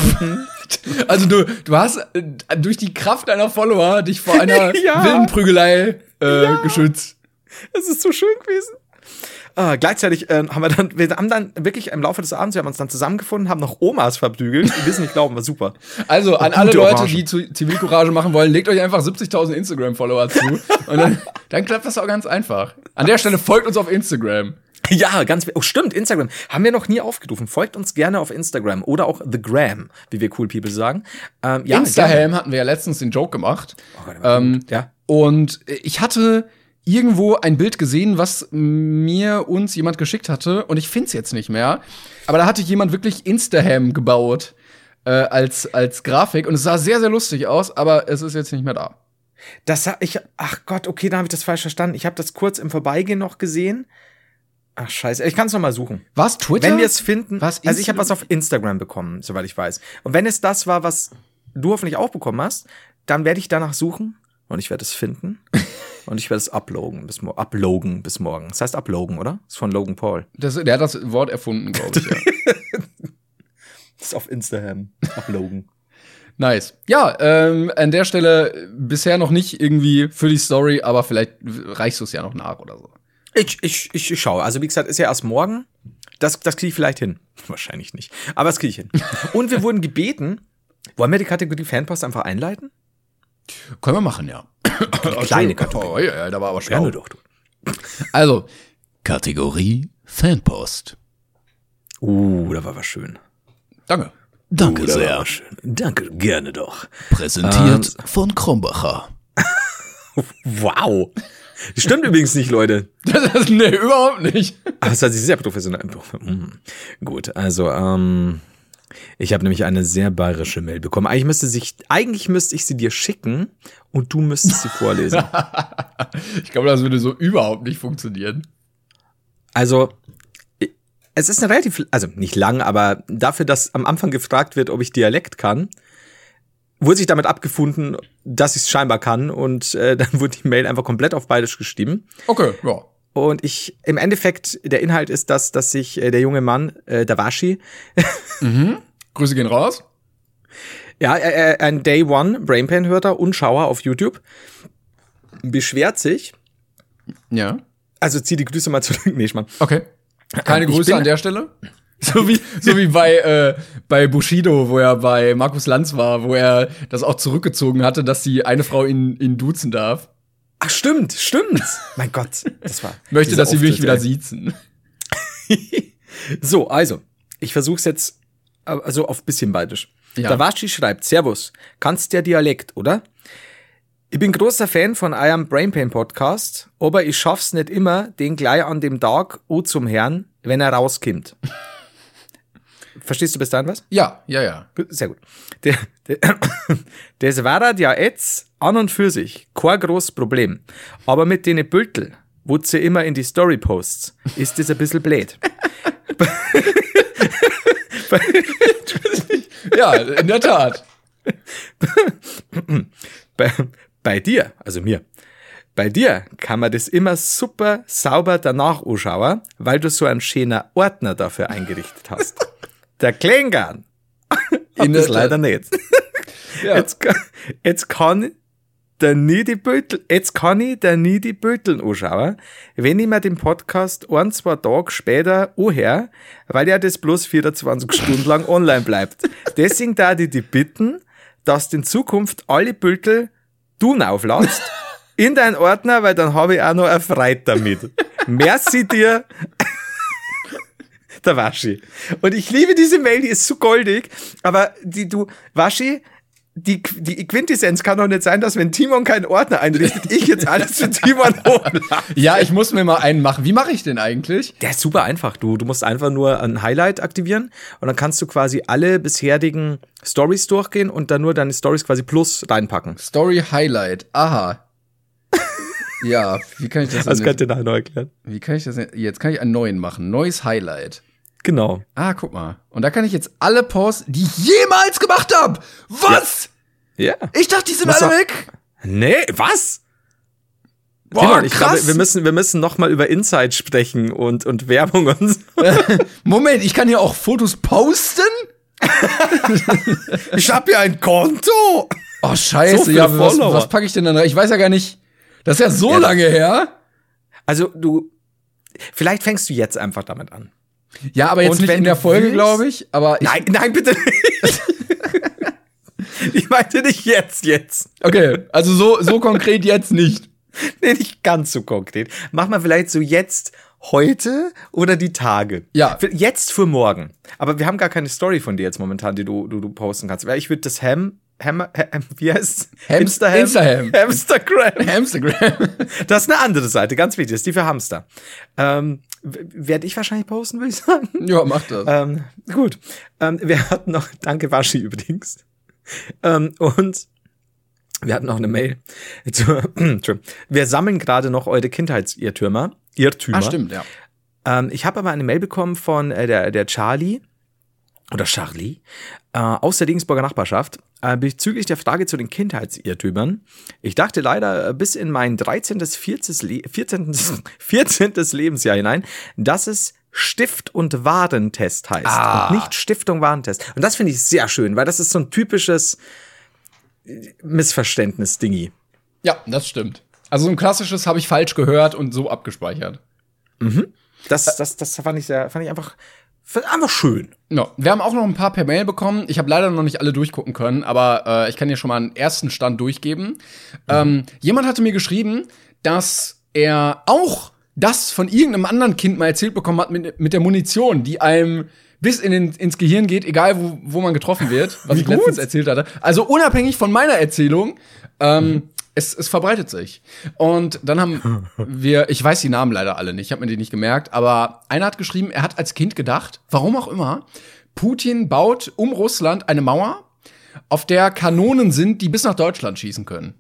Also du hast durch die Kraft deiner Follower dich vor einer
Ja.
wilden Prügelei geschützt.
Das ist so schön gewesen. Gleichzeitig wir haben dann wirklich im Laufe des Abends, wir haben uns dann zusammengefunden, haben noch Omas verprügelt. Wir wissen nicht glauben, war super.
Also an
gute
alle Leute,
Orangen.
die Zivilcourage machen wollen, legt euch einfach 70.000 Instagram-Follower zu. Und dann klappt das auch ganz einfach. An der Stelle folgt uns auf Instagram.
Ja, oh stimmt, Instagram. Haben wir noch nie aufgerufen. Folgt uns gerne auf Instagram oder auch The Gram, wie wir Cool People sagen. Ja,
Instagram hatten wir ja letztens den Joke gemacht.
Ja.
Und ich hatte irgendwo ein Bild gesehen, was uns jemand geschickt hatte. Und ich find's jetzt nicht mehr. Aber da hatte jemand wirklich Instaham gebaut als Grafik. Und es sah sehr, sehr lustig aus, aber es ist jetzt nicht mehr da.
Ach Gott, okay, da habe ich das falsch verstanden. Ich habe das kurz im Vorbeigehen noch gesehen. Ach scheiße, ich kann es noch mal suchen.
Was, Twitter?
Wenn wir es finden,
Was,
also ich habe
Instagram?
was auf Instagram bekommen, soweit ich weiß. Und wenn es das war, was du hoffentlich auch bekommen hast, dann werde ich danach suchen und ich werde es finden und ich werde es uploaden bis morgen. Das heißt uploaden, oder? Das ist von Logan Paul.
Der hat das Wort erfunden, glaube ich. Ja.
Das ist auf Instagram. Uploaden.
Nice. Ja, an der Stelle bisher noch nicht irgendwie für die Story, aber vielleicht reichst du es ja noch nach oder so.
Ich schaue. Also wie gesagt, ist ja erst morgen. Das kriege ich vielleicht hin. Wahrscheinlich nicht. Aber das kriege ich hin. Und wir wurden gebeten, wollen wir die Kategorie Fanpost einfach einleiten?
Können wir machen, ja.
Kleine Kategorie.
Oh, ja, da war aber schlau.
Gerne doch.
Also, Kategorie Fanpost.
Da war was schön.
Danke.
Danke
Da war
sehr.
was schön. Danke, gerne doch.
Präsentiert von Krombacher.
Wow. Das stimmt übrigens nicht, Leute.
Nee, überhaupt nicht.
Aber es hat sich sehr professionell. Gut, also, ich habe nämlich eine sehr bayerische Mail bekommen. Eigentlich müsste ich sie dir schicken und du müsstest sie vorlesen.
Ich glaube, das würde so überhaupt nicht funktionieren.
Also, es ist eine relativ, also nicht lang, aber dafür, dass am Anfang gefragt wird, ob ich Dialekt kann, wurde sich damit abgefunden, dass ich es scheinbar kann und dann wurde die Mail einfach komplett auf Bayerisch geschrieben.
Okay, ja.
Und im Endeffekt, der Inhalt ist dass sich der junge Mann, der Waschi,
Grüße gehen raus.
ja, ein Day One Brainpan-Hörer und Schauer auf YouTube, beschwert sich,
Ja.
also zieh die Grüße mal zurück, nee, Mann.
Okay. Keine
Ich
Grüße
bin-
an der Stelle. So wie bei Bushido, wo er bei Markus Lanz war, wo er das auch zurückgezogen hatte, dass die eine Frau ihn duzen darf.
Ach, stimmt. Mein Gott, das war.
Möchte,
dieser
dass sie mich
Auftritt,
wieder
ey.
siezen.
So, also, ich versuch's jetzt also auf bisschen bayerisch.
Ja.
Der Waschi schreibt, Servus, kannst der Dialekt, oder? Ich bin großer Fan von eurem Brainpain Podcast, aber ich schaff's nicht immer, den gleich an dem Tag zum Herrn, wenn er rauskommt. Verstehst du bis dahin was?
Ja.
Sehr gut. Das war ja jetzt an und für sich kein großes Problem. Aber mit den Bültel, wo sie immer in die Story posts, ist das ein bisschen blöd.
Ja, in der Tat.
Bei dir, also mir, bei dir kann man das immer super sauber danach anschauen, weil du so einen schönen Ordner dafür eingerichtet hast. Der Klängern hat
In der
das leider
Tat.
nicht.
Ja.
Jetzt kann der nie die Bötel, jetzt kann ich der nie die Böteln anschauen, wenn ich mir den Podcast 1-2 Tage später anhöre, weil ja das bloß 24 Stunden lang online bleibt. Deswegen da ich dich bitten, dass du in Zukunft alle Bötel du aufladst in deinen Ordner, weil dann habe ich auch noch erfreut damit. Merci dir, der Waschi. Und ich liebe diese Mail, die ist so goldig, aber Waschi, die Quintessenz kann doch nicht sein, dass wenn Timon keinen Ordner einrichtet, ich jetzt alles für Timon hochlade.
Ja, ich muss mir mal einen machen. Wie mache ich den eigentlich?
Der ist super einfach. Du musst einfach nur ein Highlight aktivieren und dann kannst du quasi alle bisherigen Stories durchgehen und dann nur deine Stories quasi plus reinpacken.
Story Highlight. Aha. Ja, wie kann ich das denn?
Das könnt ihr nachher noch erklären.
Wie kann ich das denn? Jetzt kann ich einen neuen machen. Neues Highlight.
Genau.
Ah, guck mal. Und da kann ich jetzt alle Posts, die ich jemals gemacht habe. Was?
Ja.
Ich dachte, die sind alle weg.
Nee, was?
Boah,
Simon, ich
krass.
glaube, wir müssen noch mal über Insights sprechen und Werbung und so.
Moment, ich kann hier auch Fotos posten?
Ich hab hier ein Konto.
Oh, scheiße.
So viele
Ja,
Follower.
was packe ich denn dann rein? Ich weiß ja gar nicht. Das ist ja so lange her.
Also vielleicht fängst du jetzt einfach damit an.
Ja, aber jetzt
Und
nicht
wenn
in der
du
Folge,
willst-
glaube ich. Aber
Nein, bitte nicht. Ich meinte nicht jetzt.
okay, also so konkret jetzt nicht.
Nee, nicht ganz so konkret. Mach mal vielleicht so jetzt, heute oder die Tage.
Ja.
Jetzt für morgen. Aber wir haben gar keine Story von dir jetzt momentan, die du posten kannst. Weil ich würde das wie heißt's?
Instagram.
Hamstergram.
Instagram.
Das ist eine andere Seite, ganz wichtig. Das ist die für Hamster. Werde ich wahrscheinlich posten, würde ich sagen.
Ja, mach das.
Gut. Wir hatten noch, danke Waschi übrigens. Und wir hatten noch eine Mail. Wir sammeln gerade noch eure Kindheitsirrtümer.
Ah, stimmt, ja.
Ich habe aber eine Mail bekommen von der Charlie oder Charlie aus der Regensburger Nachbarschaft bezüglich der Frage zu den Kindheitsirrtümern. Ich dachte leider bis in mein 14. Lebensjahr hinein, dass es Stift- und Warentest heißt und nicht Stiftung-Warentest. Und das finde ich sehr schön, weil das ist so ein typisches Missverständnis-Dingi.
Ja, das stimmt. Also so ein klassisches habe ich falsch gehört und so abgespeichert.
Das fand ich einfach schön.
No. Wir haben auch noch ein paar per Mail bekommen. Ich habe leider noch nicht alle durchgucken können, aber ich kann dir schon mal einen ersten Stand durchgeben. Jemand hatte mir geschrieben, dass er auch das von irgendeinem anderen Kind mal erzählt bekommen hat mit der Munition, die einem bis ins Gehirn geht, egal wo man getroffen wird, was ich letztens erzählt hatte. Also unabhängig von meiner Erzählung, es verbreitet sich. Und dann haben ich weiß die Namen leider alle nicht, ich habe mir die nicht gemerkt, aber einer hat geschrieben, er hat als Kind gedacht, warum auch immer, Putin baut um Russland eine Mauer, auf der Kanonen sind, die bis nach Deutschland schießen können.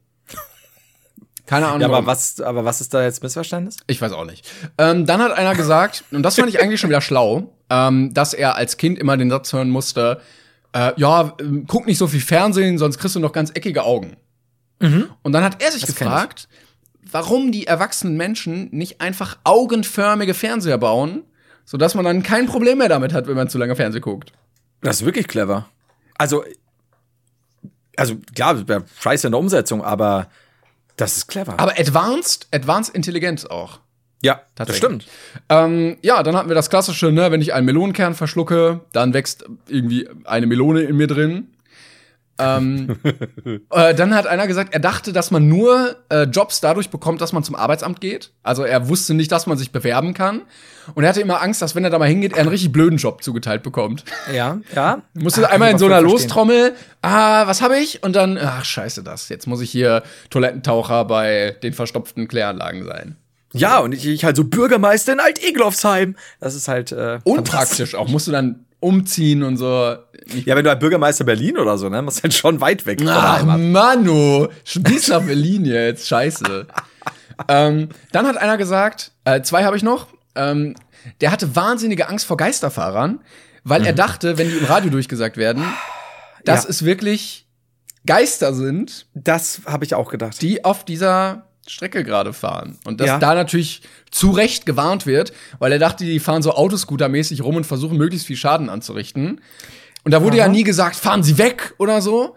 Keine Ahnung.
Ja,
warum.
aber was ist da jetzt Missverständnis?
Ich weiß auch nicht. Dann hat einer gesagt, und das fand ich eigentlich schon wieder schlau, dass er als Kind immer den Satz hören musste, guck nicht so viel Fernsehen, sonst kriegst du noch ganz eckige Augen. Und dann hat er sich gefragt, warum die erwachsenen Menschen nicht einfach augenförmige Fernseher bauen, sodass man dann kein Problem mehr damit hat, wenn man zu lange Fernsehen guckt.
Das ist wirklich clever. Also klar, das wäre scheiße in der Umsetzung, aber das ist clever.
Aber Advanced Intelligenz auch.
Ja, das stimmt.
Dann hatten wir das Klassische, ne, wenn ich einen Melonenkern verschlucke, dann wächst irgendwie eine Melone in mir drin. Dann hat einer gesagt, er dachte, dass man nur Jobs dadurch bekommt, dass man zum Arbeitsamt geht. Also er wusste nicht, dass man sich bewerben kann. Und er hatte immer Angst, dass wenn er da mal hingeht, er einen richtig blöden Job zugeteilt bekommt.
Ja.
Musste einmal in so einer Lostrommel, was habe ich? Und dann, ach scheiße das, jetzt muss ich hier Toilettentaucher bei den verstopften Kläranlagen sein.
Ja, und ich halt so Bürgermeister in Alt-Eglofsheim. Das ist halt
unpraktisch auch, musst du dann umziehen und so.
Ja, wenn du halt Bürgermeister Berlin oder so, ne, musst halt schon weit weg von der
Ach,
Heimat.
Manu, bis nach Berlin jetzt, scheiße. Dann hat einer gesagt, 2 habe ich noch, der hatte wahnsinnige Angst vor Geisterfahrern, weil er dachte, wenn die im Radio durchgesagt werden, dass es wirklich Geister sind.
Das habe ich auch gedacht.
Die auf dieser Strecke gerade fahren. Und dass da natürlich zu Recht gewarnt wird, weil er dachte, die fahren so Autoscooter-mäßig rum und versuchen, möglichst viel Schaden anzurichten. Und da wurde ja nie gesagt, fahren Sie weg oder so.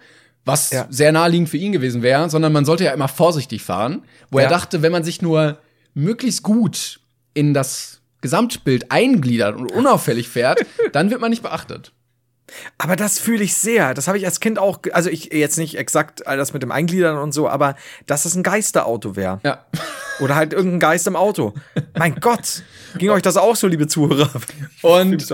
was sehr naheliegend für ihn gewesen wäre, sondern man sollte ja immer vorsichtig fahren, wo er dachte, wenn man sich nur möglichst gut in das Gesamtbild eingliedert und unauffällig fährt, dann wird man nicht beachtet.
Aber das fühle ich sehr. Das habe ich als Kind auch, also ich jetzt nicht exakt all das mit dem Eingliedern und so, aber dass es ein Geisterauto wäre.
Ja.
Oder halt irgendein Geist im Auto. Mein Gott, ging euch das auch so, liebe Zuhörer?
Und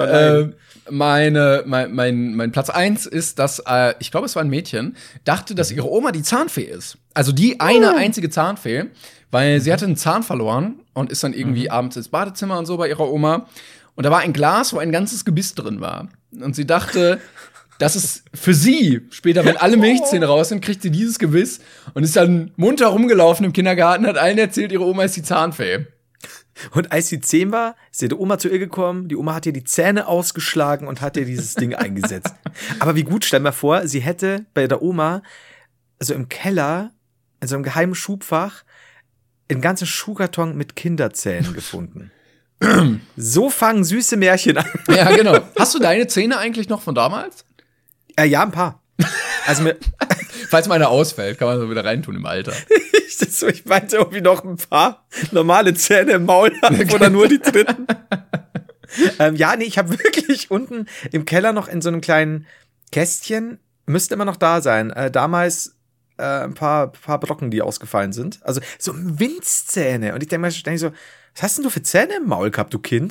mein Platz 1 ist, dass, ich glaube, es war ein Mädchen, dachte, dass ihre Oma die Zahnfee ist. Also die eine einzige Zahnfee, weil sie hatte einen Zahn verloren und ist dann irgendwie abends ins Badezimmer und so bei ihrer Oma. Und da war ein Glas, wo ein ganzes Gebiss drin war. Und sie dachte, das ist für sie. Später, wenn alle Milchzähne raus sind, kriegt sie dieses Gebiss und ist dann munter rumgelaufen im Kindergarten, hat allen erzählt, ihre Oma ist die Zahnfee.
Und als sie 10 war, ist ihre Oma zu ihr gekommen, die Oma hat ihr die Zähne ausgeschlagen und hat ihr dieses Ding eingesetzt. Aber wie gut, stell mir vor, sie hätte bei der Oma, also im Keller, in so einem geheimen Schubfach, einen ganzen Schuhkarton mit Kinderzähnen gefunden. So fangen süße Märchen an.
Ja, genau. Hast du deine Zähne eigentlich noch von damals?
Ja, ein paar. Also
Falls mal einer ausfällt, kann man so wieder reintun im Alter.
ich meinte irgendwie noch ein paar normale Zähne im Maul haben oder nur die dritten. Ich habe wirklich unten im Keller noch in so einem kleinen Kästchen, müsste immer noch da sein, damals ein paar Brocken, die ausgefallen sind. Also so Winzzähne. Und ich denke mir ständig so, was hast denn du für Zähne im Maul gehabt, du Kind?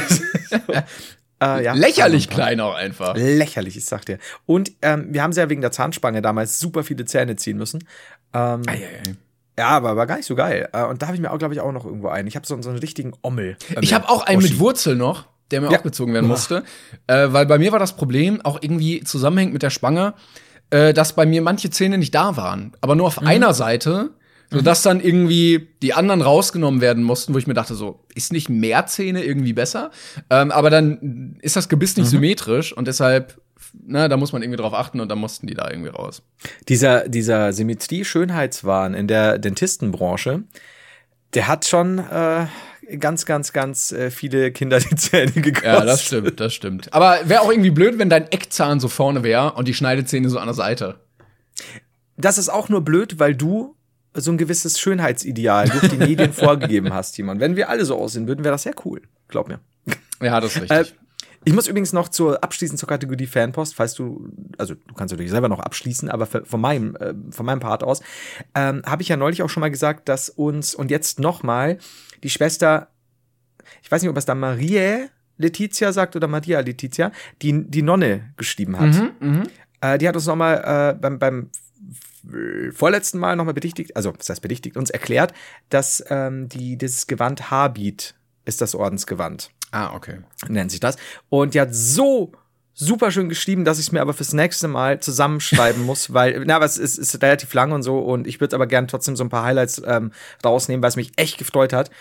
Lächerlich klein auch einfach.
Lächerlich, ich sag dir. Und wir haben sehr wegen der Zahnspange damals super viele Zähne ziehen müssen. Ja, aber war gar nicht so geil. Und da habe ich mir auch, glaube ich, auch noch irgendwo einen. Ich habe so einen richtigen Ommel.
Ich habe auch einen mit Wurzel noch, der mir auch gezogen werden musste. Weil bei mir war das Problem auch irgendwie zusammenhängt mit der Spange, dass bei mir manche Zähne nicht da waren. Aber nur auf einer Seite, sodass dann irgendwie die anderen rausgenommen werden mussten, wo ich mir dachte, so, ist nicht mehr Zähne irgendwie besser? Aber dann ist das Gebiss nicht symmetrisch und deshalb, da muss man irgendwie drauf achten und dann mussten die da irgendwie raus.
Dieser Symmetrie-Schönheitswahn in der Dentistenbranche, der hat schon ganz viele Kinder die Zähne gekostet.
Ja, das stimmt. Aber wäre auch irgendwie blöd, wenn dein Eckzahn so vorne wäre und die Schneidezähne so an der Seite.
Das ist auch nur blöd, weil du so ein gewisses Schönheitsideal durch die Medien vorgegeben hast, jemand. Wenn wir alle so aussehen würden, wäre das sehr cool. Glaub mir.
Ja, das ist richtig.
Ich muss übrigens noch abschließend zur Kategorie Fanpost, falls du kannst natürlich selber noch abschließen, aber von meinem Part aus, habe ich ja neulich auch schon mal gesagt, dass uns, und jetzt nochmal, die Schwester, ich weiß nicht, ob es da Maria Letizia sagt oder Maria Letizia, die Nonne geschrieben hat. Die hat uns nochmal beim vorletzten Mal nochmal bedichtigt, also was heißt bedichtigt, uns erklärt, dass dieses Gewand Habit ist das Ordensgewand.
Ah, okay.
Nennt sich das. Und die hat so super schön geschrieben, dass ich es mir aber fürs nächste Mal zusammenschreiben muss, weil, aber es ist relativ lang und so und ich würde aber gerne trotzdem so ein paar Highlights rausnehmen, weil es mich echt gefreut hat,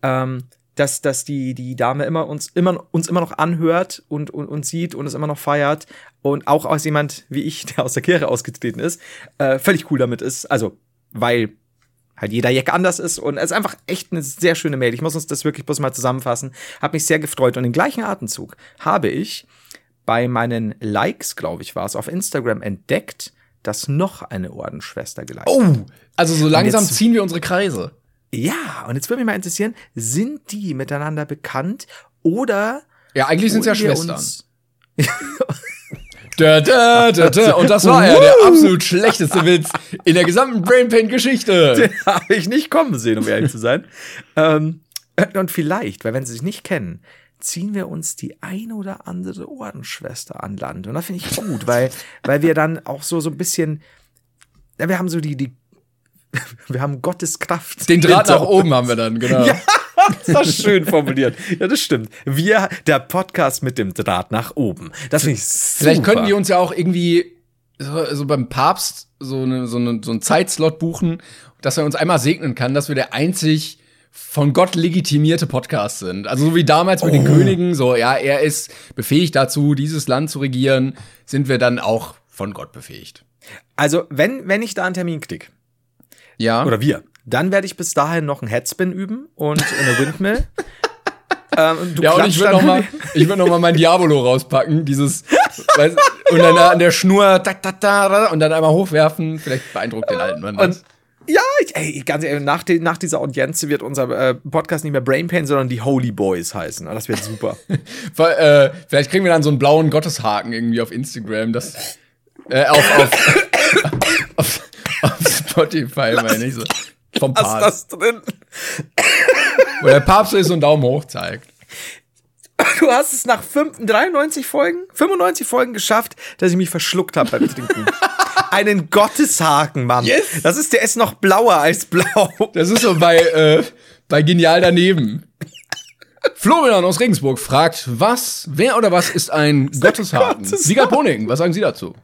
dass die Dame uns immer noch anhört und sieht und es immer noch feiert und auch als jemand wie ich, der aus der Kirche ausgetreten ist, völlig cool damit ist, also, weil halt jeder Jack anders ist und es ist einfach echt eine sehr schöne Mail. Ich muss uns das wirklich bloß mal zusammenfassen. Hab mich sehr gefreut und im gleichen Atemzug habe ich bei meinen Likes, glaube ich, war es, auf Instagram entdeckt, dass noch eine Ordensschwester geliked hat.
Oh, also so langsam ziehen wir unsere Kreise.
Ja, und jetzt würde mich mal interessieren, sind die miteinander bekannt oder
ja, eigentlich sind es ja Schwestern. Und das war ja der absolut schlechteste Witz in der gesamten Brainpain-Geschichte.
Den habe ich nicht kommen sehen, um ehrlich zu sein. Und vielleicht, weil wenn sie sich nicht kennen, ziehen wir uns die eine oder andere Ordensschwester an Land. Und das finde ich gut, weil wir dann auch so ein bisschen, ja, wir haben so wir haben Gottes Kraft.
Den Draht nach oben haben wir dann, genau.
Ja, das ist doch schön formuliert. Ja, das stimmt. Der Podcast mit dem Draht nach oben. Das finde ich super.
Vielleicht könnten die uns ja auch irgendwie so beim Papst so einen Zeitslot buchen, dass er uns einmal segnen kann, dass wir der einzig von Gott legitimierte Podcast sind. Also so wie damals mit den Königen, so, ja, er ist befähigt dazu, dieses Land zu regieren, sind wir dann auch von Gott befähigt.
Also, wenn ich da einen Termin krieg,
ja.
Oder dann werde ich bis dahin noch einen Headspin üben und eine Windmill.
Und ich würde noch mal mein Diabolo rauspacken, dieses Und dann an der Schnur und dann einmal hochwerfen. Vielleicht beeindruckt den alten Mann das.
Ja, ganz ehrlich, nach dieser Audienz wird unser Podcast nicht mehr Brain Pain, sondern die Holy Boys heißen. Das wird super.
Vielleicht kriegen wir dann so einen blauen Gotteshaken irgendwie auf Instagram. Das auf Spotify, meine ich so. Vom Papst.
Was ist das drin?
Wo der Papst so einen Daumen hoch zeigt.
Du hast es nach 95 Folgen geschafft, dass ich mich verschluckt habe beim Trinken. Einen Gotteshaken, Mann.
Yes.
Der ist noch blauer als blau.
Das ist so bei Genial daneben. Florian aus Regensburg fragt, wer oder was ist ein Gotteshaken? Sieger Poning, was sagen Sie dazu?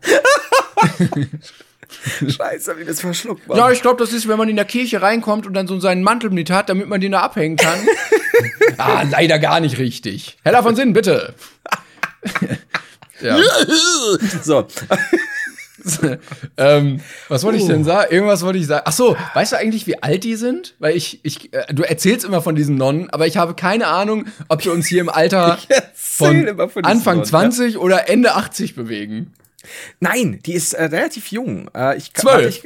Scheiße, wie das verschluckt war.
Ja, ich glaube, das ist, wenn man in der Kirche reinkommt und dann so seinen Mantel mit hat, damit man den da abhängen kann. Leider gar nicht richtig. Heller von Sinn, bitte. Ja.
So.
Was wollte ich denn sagen? Irgendwas wollte ich sagen. Ach so, weißt du eigentlich, wie alt die sind? Weil du erzählst immer von diesen Nonnen, aber ich habe keine Ahnung, ob wir uns hier im Alter von Anfang 20 oder Ende 80 bewegen.
Nein, die ist relativ jung.
12.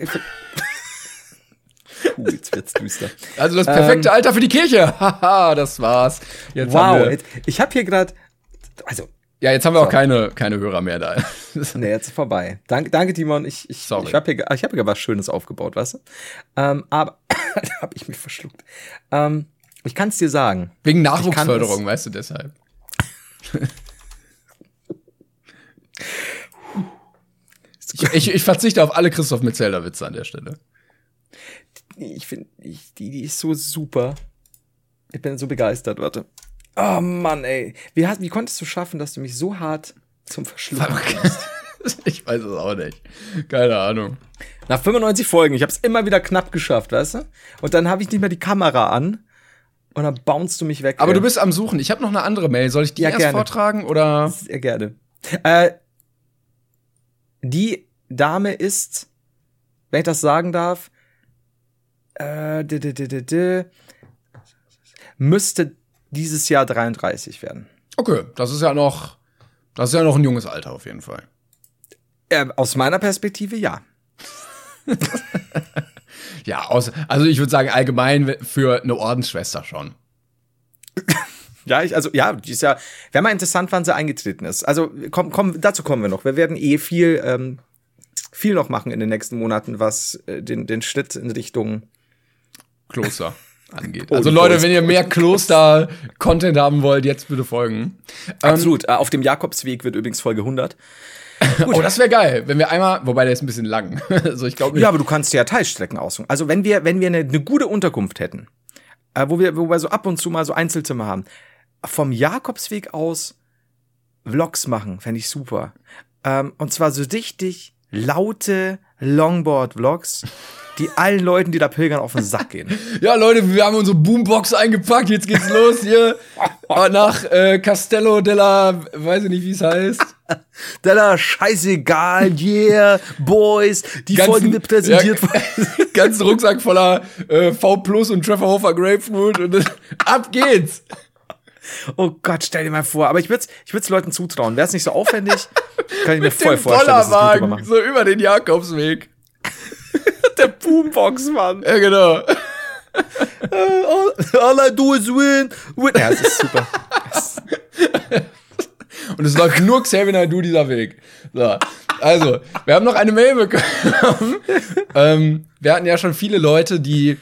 Jetzt wird's düster.
Also das perfekte Alter für die Kirche. Haha, das war's. Jetzt
ich habe hier gerade,
jetzt haben wir auch keine Hörer mehr da.
Nee, jetzt ist vorbei. Danke, Timon. Ich habe hier was Schönes aufgebaut, weißt du? Aber da habe ich mich verschluckt. Ich kann es dir sagen.
Wegen Nachwuchsförderung, weißt du, deshalb. Ich verzichte auf alle Christoph Metzelder-Witze an der Stelle.
Ich finde, die ist so super. Ich bin so begeistert, warte. Oh Mann, ey. Wie konntest du schaffen, dass du mich so hart zum Verschlucken bringst?
Ich weiß es auch nicht. Keine Ahnung.
Nach 95 Folgen, ich habe es immer wieder knapp geschafft, weißt du? Und dann habe ich nicht mehr die Kamera an und dann bounst du mich weg.
Aber du bist am Suchen. Ich habe noch eine andere Mail. Soll ich die erst vortragen oder?
Sehr gerne. Die Dame ist, wenn ich das sagen darf, müsste dieses Jahr 33 werden.
Okay, das ist ja noch ein junges Alter auf jeden Fall.
Aus meiner Perspektive ja.
Ja, also ich würde sagen allgemein für eine Ordensschwester schon.
Ja, die ist ja, wäre mal interessant, wann sie eingetreten ist. Also dazu kommen wir noch. Wir werden viel noch machen in den nächsten Monaten, was den Schritt in Richtung
Kloster angeht. Also Leute, wenn ihr mehr Kloster-Content haben wollt, jetzt bitte folgen.
Absolut. Auf dem Jakobsweg wird übrigens Folge 100.
Oh, das wäre geil, wenn wir einmal, wobei der ist ein bisschen lang. Also ich glaube nicht.
Ja, aber du kannst ja Teilstrecken aussuchen. Also wenn wir eine gute Unterkunft hätten, wo wir so ab und zu mal so Einzelzimmer haben, vom Jakobsweg aus Vlogs machen, fände ich super. Und zwar so richtig laute Longboard-Vlogs, die allen Leuten, die da pilgern, auf den Sack gehen.
Ja, Leute, wir haben unsere Boombox eingepackt, jetzt geht's los hier nach Castello della, weiß ich nicht, wie es heißt.
Della, scheißegal, yeah, Boys, die Folge wird präsentiert von...
Ganzen Rucksack voller V Plus und Trevor Hofer Grapefruit und ab geht's.
Oh Gott, stell dir mal vor. Aber ich würd's Leuten zutrauen. Wäre es nicht so aufwendig, kann ich mir voll vorstellen, dass es YouTuber machen.
So über den Jakobsweg.
Der Boombox, Mann.
Ja, genau.
All I do is win. Ja, das ist super.
Und es läuft nur Xavier Naidoo dieser Weg. So. Also, wir haben noch eine Mail bekommen. Wir hatten ja schon viele Leute, die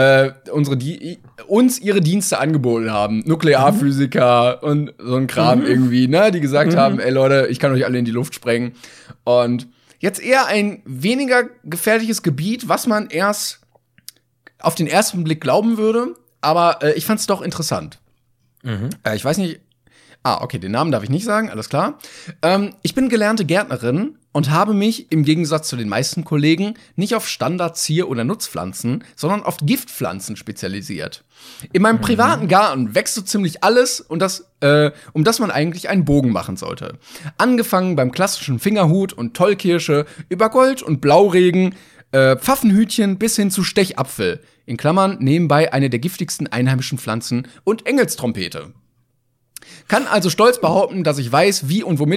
uns ihre Dienste angeboten haben. Nuklearphysiker und so ein Kram irgendwie, ne? Die gesagt haben, ey Leute, ich kann euch alle in die Luft sprengen. Und jetzt eher ein weniger gefährliches Gebiet, was man erst auf den ersten Blick glauben würde. Aber ich fand's doch interessant. Ich weiß nicht. Okay, den Namen darf ich nicht sagen, alles klar. Ich bin gelernte Gärtnerin und habe mich im Gegensatz zu den meisten Kollegen nicht auf Standard-Zier- oder Nutzpflanzen, sondern auf Giftpflanzen spezialisiert. In meinem privaten Garten wächst so ziemlich alles, und um das man eigentlich einen Bogen machen sollte. Angefangen beim klassischen Fingerhut und Tollkirsche, über Gold- und Blauregen, Pfaffenhütchen bis hin zu Stechapfel, in Klammern nebenbei eine der giftigsten einheimischen Pflanzen, und Engelstrompete. Kann also stolz behaupten, dass ich weiß, wie und womit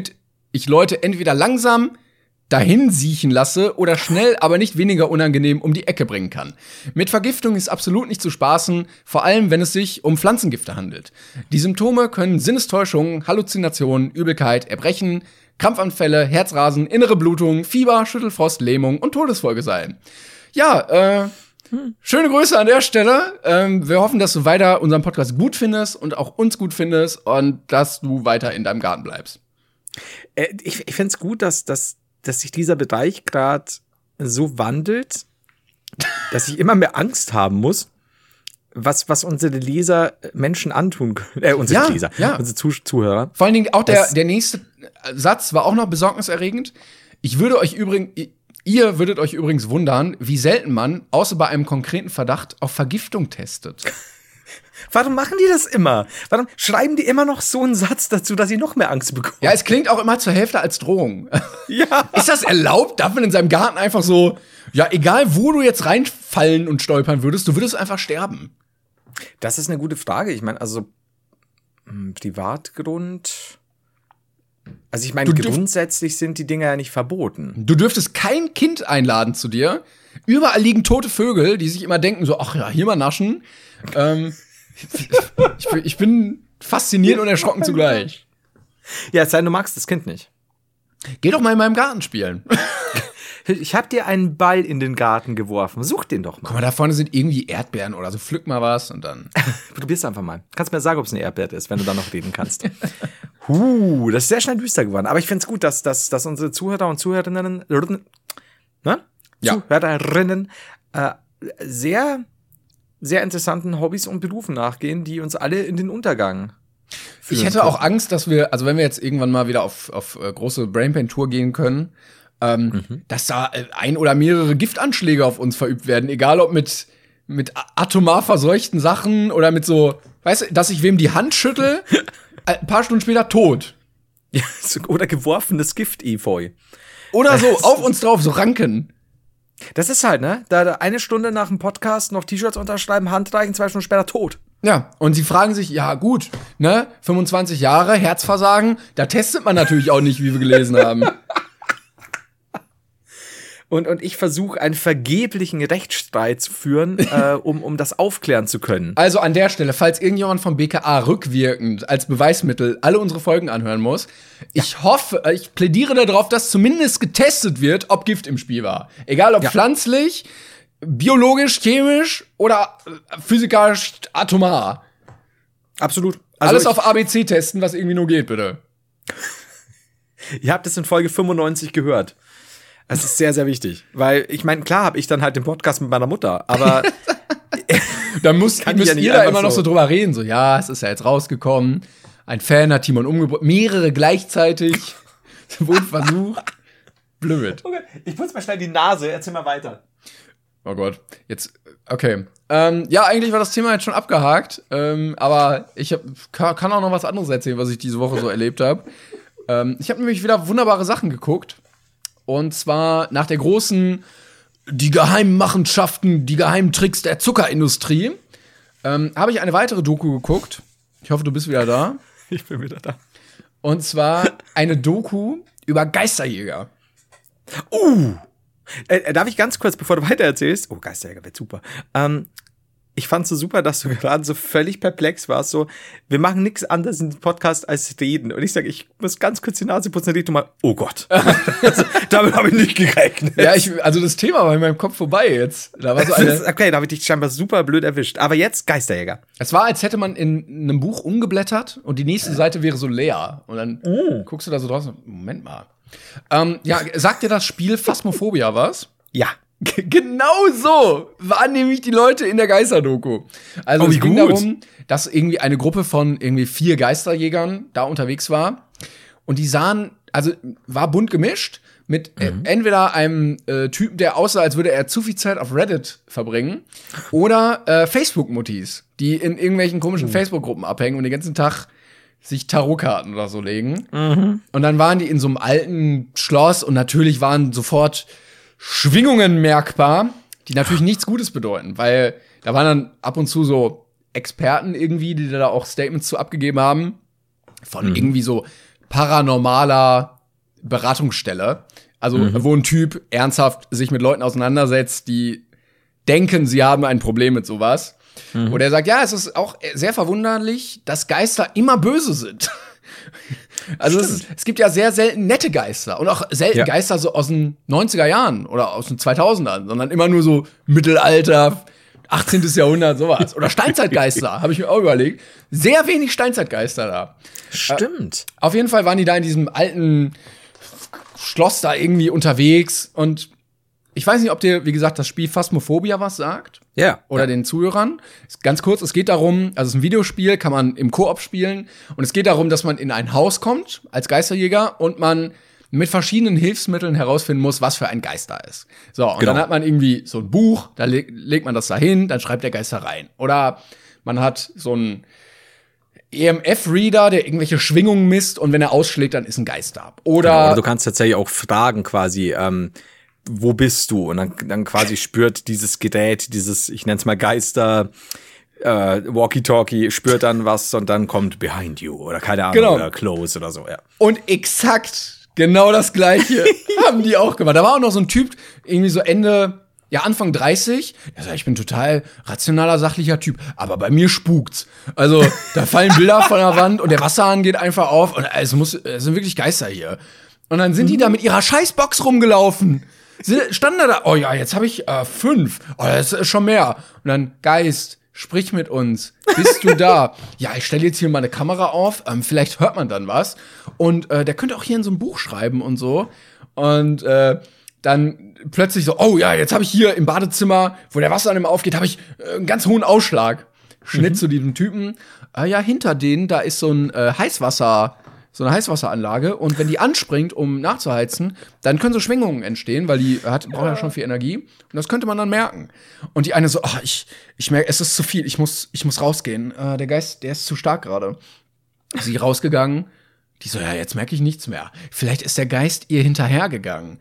ich Leute entweder langsam dahin siechen lasse oder schnell, aber nicht weniger unangenehm um die Ecke bringen kann. Mit Vergiftung ist absolut nicht zu spaßen, vor allem wenn es sich um Pflanzengifte handelt. Die Symptome können Sinnestäuschungen, Halluzinationen, Übelkeit, Erbrechen, Krampfanfälle, Herzrasen, innere Blutung, Fieber, Schüttelfrost, Lähmung und Todesfolge sein. Ja, schöne Grüße an der Stelle. Wir hoffen, dass du weiter unseren Podcast gut findest und auch uns gut findest und dass du weiter in deinem Garten bleibst.
Ich finde es gut, dass sich dieser Bereich gerade so wandelt, dass ich immer mehr Angst haben muss, was unsere Leser Menschen antun können. Unsere Leser, unsere Zuhörer.
Vor allen Dingen auch der nächste Satz war auch noch besorgniserregend. Ihr würdet euch übrigens wundern, wie selten man, außer bei einem konkreten Verdacht, auf Vergiftung testet.
Warum machen die das immer? Warum schreiben die immer noch so einen Satz dazu, dass sie noch mehr Angst bekommen?
Ja, es klingt auch immer zur Hälfte als Drohung.
Ja.
Ist das erlaubt? Darf man in seinem Garten einfach so, ja, egal wo du jetzt reinfallen und stolpern würdest, du würdest einfach sterben?
Das ist eine gute Frage. Ich meine, also Privatgrund. Also ich meine, grundsätzlich sind die Dinger ja nicht verboten.
Du dürftest kein Kind einladen zu dir. Überall liegen tote Vögel, die sich immer denken so, ach ja, hier mal naschen. Ich bin fasziniert und erschrocken zugleich.
Ja, es sei denn, du magst das Kind nicht.
Geh doch mal in meinem Garten spielen.
Ich hab dir einen Ball in den Garten geworfen. Such den doch mal.
Guck mal, da vorne sind irgendwie Erdbeeren oder so. Pflück mal was und dann.
Probier's einfach mal. Kannst mir sagen, ob es eine Erdbeere ist, wenn du dann noch reden kannst. Das ist sehr schnell düster geworden. Aber ich find's gut, dass unsere Zuhörer und Zuhörerinnen, Zuhörerinnen sehr, sehr interessanten Hobbys und Berufen nachgehen, die uns alle in den Untergang führen.
Ich hätte auch Angst, dass wir, also wenn wir jetzt irgendwann mal wieder auf große Brainpain-Tour gehen können, dass da ein oder mehrere Giftanschläge auf uns verübt werden, egal ob mit atomar verseuchten Sachen oder mit so, weißt du, dass ich wem die Hand schüttel, ein paar Stunden später tot.
Ja, oder geworfenes Gift-Efeu.
Oder so, auf uns drauf, so Ranken.
Das ist halt, ne? Da eine Stunde nach dem Podcast noch T-Shirts unterschreiben, Hand reichen, 2 Stunden später tot.
Ja, und sie fragen sich, ja gut, ne, 25 Jahre, Herzversagen, da testet man natürlich auch nicht, wie wir gelesen haben.
Und ich versuche, einen vergeblichen Rechtsstreit zu führen, um das aufklären zu können.
Also an der Stelle, falls irgendjemand vom BKA rückwirkend als Beweismittel alle unsere Folgen anhören muss, ich hoffe, ich plädiere darauf, dass zumindest getestet wird, ob Gift im Spiel war. Egal ob pflanzlich, biologisch, chemisch oder physikalisch, atomar.
Absolut. Also
alles auf ABC testen, was irgendwie nur geht, bitte.
Ihr habt es in Folge 95 gehört. Das ist sehr, sehr wichtig. Weil, ich meine, klar habe ich dann halt den Podcast mit meiner Mutter, aber
da müsst ihr da immer noch so drüber reden. So, ja, es ist ja jetzt rausgekommen. Ein Fan hat Timon umgebracht. Mehrere gleichzeitig. Wurde versucht. Blöd.
Okay, ich putze mal schnell die Nase. Erzähl mal weiter.
Oh Gott. Jetzt, okay. Ja, eigentlich war das Thema jetzt schon abgehakt. Aber ich kann auch noch was anderes erzählen, was ich diese Woche so erlebt habe. Ich habe nämlich wieder wunderbare Sachen geguckt. Und zwar nach der großen, die geheimen Machenschaften, die geheimen Tricks der Zuckerindustrie, habe ich eine weitere Doku geguckt. Ich hoffe, du bist wieder da.
Ich bin wieder da.
Und zwar eine Doku über Geisterjäger.
Darf ich ganz kurz, bevor du weiter erzählst? Oh, Geisterjäger wird super. Ich fand's so super, dass du gerade so völlig perplex warst. So, wir machen nichts anderes in dem Podcast als reden. Und ich sage, ich muss ganz kurz die Nase putzen und mal, oh Gott. Also, damit habe ich nicht gerechnet.
Ja, also das Thema war in meinem Kopf vorbei jetzt. Da war so
okay, da habe ich dich scheinbar super blöd erwischt. Aber jetzt Geisterjäger.
Es war, als hätte man in einem Buch umgeblättert und die nächste Seite wäre so leer. Und dann guckst du da so draußen, Moment mal. Ja, sagt dir das Spiel Phasmophobia was?
Ja.
Genau so waren nämlich die Leute in der Geisterdoku. Also es ging darum, dass irgendwie eine Gruppe von irgendwie 4 Geisterjägern da unterwegs war. Und die sahen, also war bunt gemischt mit entweder einem Typen, der aussah, als würde er zu viel Zeit auf Reddit verbringen, oder Facebook-Muttis, die in irgendwelchen komischen Facebook-Gruppen abhängen und den ganzen Tag sich Tarotkarten oder so legen. Und dann waren die in so einem alten Schloss und natürlich waren sofort Schwingungen merkbar, die natürlich nichts Gutes bedeuten, weil da waren dann ab und zu so Experten irgendwie, die da auch Statements zu abgegeben haben, von irgendwie so paranormaler Beratungsstelle. Also, wo ein Typ ernsthaft sich mit Leuten auseinandersetzt, die denken, sie haben ein Problem mit sowas. Wo der sagt, ja, es ist auch sehr verwunderlich, dass Geister immer böse sind. Also es gibt ja sehr selten nette Geister und auch selten Geister so aus den 90er Jahren oder aus den 2000ern, sondern immer nur so Mittelalter, 18. Jahrhundert, sowas. Oder Steinzeitgeister, habe ich mir auch überlegt. Sehr wenig Steinzeitgeister da.
Stimmt.
Auf jeden Fall waren die da in diesem alten Schloss da irgendwie unterwegs und ich weiß nicht, ob dir, wie gesagt, das Spiel Phasmophobia was sagt.
Ja.
Oder den Zuhörern. Ganz kurz, es geht darum, also es ist ein Videospiel, kann man im Koop spielen. Und es geht darum, dass man in ein Haus kommt als Geisterjäger und man mit verschiedenen Hilfsmitteln herausfinden muss, was für ein Geist da ist. So, und dann hat man irgendwie so ein Buch, da legt man das da hin, dann schreibt der Geist da rein. Oder man hat so einen EMF-Reader, der irgendwelche Schwingungen misst und wenn er ausschlägt, dann ist ein Geist da.
Oder du kannst tatsächlich auch fragen quasi, wo bist du? Und dann quasi spürt dieses Gerät, dieses, ich nenne es mal Geister, Walkie-Talkie, spürt dann was und dann kommt behind you oder keine Ahnung, oder close oder so, ja.
Und exakt genau das Gleiche haben die auch gemacht. Da war auch noch so ein Typ, irgendwie so Anfang 30. Er sagt, ich bin total rationaler, sachlicher Typ, aber bei mir spukt's. Also, da fallen Bilder von der Wand und der Wasserhahn geht einfach auf und es sind wirklich Geister hier. Und dann sind die da mit ihrer Scheißbox rumgelaufen. Standen da, oh ja, jetzt habe ich 5. Oh, das ist schon mehr. Und dann, Geist, sprich mit uns. Bist du da? Ja, ich stelle jetzt hier mal eine Kamera auf. Vielleicht hört man dann was. Und der könnte auch hier in so ein Buch schreiben und so. Und dann plötzlich so, oh ja, jetzt habe ich hier im Badezimmer, wo der Wasser an dem aufgeht, habe ich einen ganz hohen Ausschlag. Schnitt zu diesem Typen. Ja, hinter denen, da ist so ein so eine Heißwasseranlage und wenn die anspringt, um nachzuheizen, dann können so Schwingungen entstehen, weil die braucht ja schon viel Energie und das könnte man dann merken. Und die eine so, ich merke, es ist zu viel, ich muss rausgehen. Der Geist, der ist zu stark gerade. Sie rausgegangen, die so, ja, jetzt merke ich nichts mehr. Vielleicht ist der Geist ihr hinterhergegangen.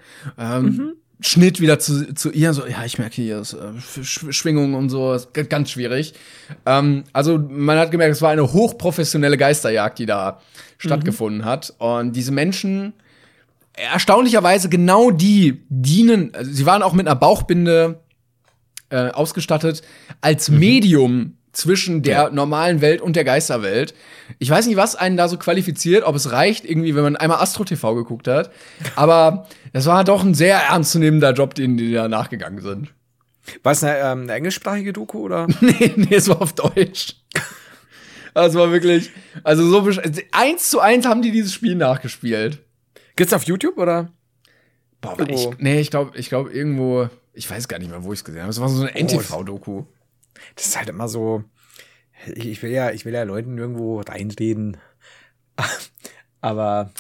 Schnitt wieder zu ihr, so, ja, ich merke hier Schwingungen und so, ist ganz schwierig. Also man hat gemerkt, es war eine hochprofessionelle Geisterjagd, die da stattgefunden hat. Und diese Menschen, erstaunlicherweise genau die dienen, also sie waren auch mit einer Bauchbinde ausgestattet, als Medium zwischen der normalen Welt und der Geisterwelt. Ich weiß nicht, was einen da so qualifiziert, ob es reicht, irgendwie, wenn man einmal Astro TV geguckt hat. Aber das war doch ein sehr ernstzunehmender Job, den die da nachgegangen sind.
War es eine englischsprachige Doku, oder?
nee, es war auf Deutsch. Das war wirklich, also so 1:1 haben die dieses Spiel nachgespielt.
Gibt's auf YouTube, oder?
Boah, ich glaube irgendwo, ich weiß gar nicht mehr, wo ich es gesehen habe. Es war so eine NTV-Doku.
Das ist halt immer so, ich will ja Leuten irgendwo reinreden. Aber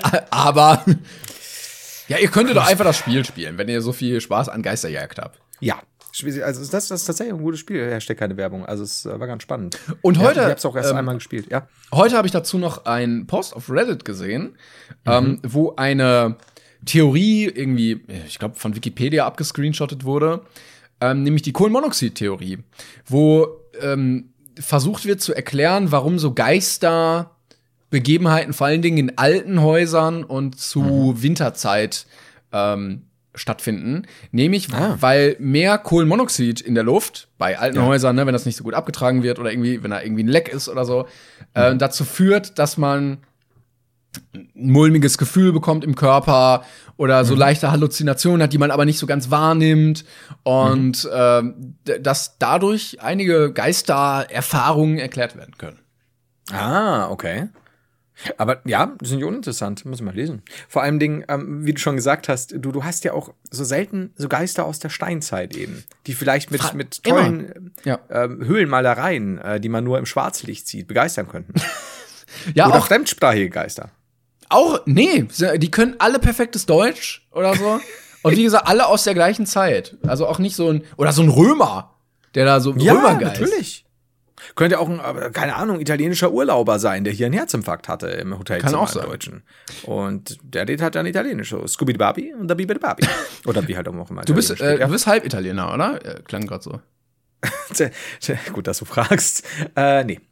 ja, ihr könntet doch einfach das Spiel spielen, wenn ihr so viel Spaß an Geisterjagd habt. Ja, also das ist tatsächlich ein gutes Spiel. Hashtag keine Werbung. Also es war ganz spannend.
Und heute,
ich hab's auch erst einmal gespielt, ja.
Heute habe ich dazu noch einen Post auf Reddit gesehen, wo eine Theorie irgendwie, ich glaube, von Wikipedia abgescreenshottet wurde, nämlich die Kohlenmonoxid-Theorie, wo versucht wird zu erklären, warum so Geisterbegebenheiten vor allen Dingen in alten Häusern und zu Winterzeit stattfinden. Nämlich, weil mehr Kohlenmonoxid in der Luft bei alten Häusern, ne, wenn das nicht so gut abgetragen wird oder irgendwie, wenn da irgendwie ein Leck ist oder so, dazu führt, dass man ein mulmiges Gefühl bekommt im Körper oder so leichte Halluzinationen hat, die man aber nicht so ganz wahrnimmt und dass dadurch einige Geistererfahrungen erklärt werden können.
Ah, okay. Aber ja, das sind ja uninteressant, muss man lesen. Vor allem Dingen, wie du schon gesagt hast, du hast ja auch so selten so Geister aus der Steinzeit eben, die vielleicht mit tollen Höhlenmalereien, die man nur im Schwarzlicht sieht, begeistern könnten.
Ja,
oder
auch
fremdsprachige Geister.
Auch, nee, die können alle perfektes Deutsch oder so. Und wie gesagt, alle aus der gleichen Zeit. Also auch nicht so ein Römer, der da so Römergeist.
Ja, natürlich. Könnte auch ein, keine Ahnung, italienischer Urlauber sein, der hier einen Herzinfarkt hatte im Hotelzimmer.
Kann auch sein.
Deutschen. Und der hat dann Italienisch, so Scooby-Babi und der Bibi-Babi. Oder wie halt auch immer.
Du bist halb Italiener, oder? Klang gerade so.
Gut, dass du fragst. Nee.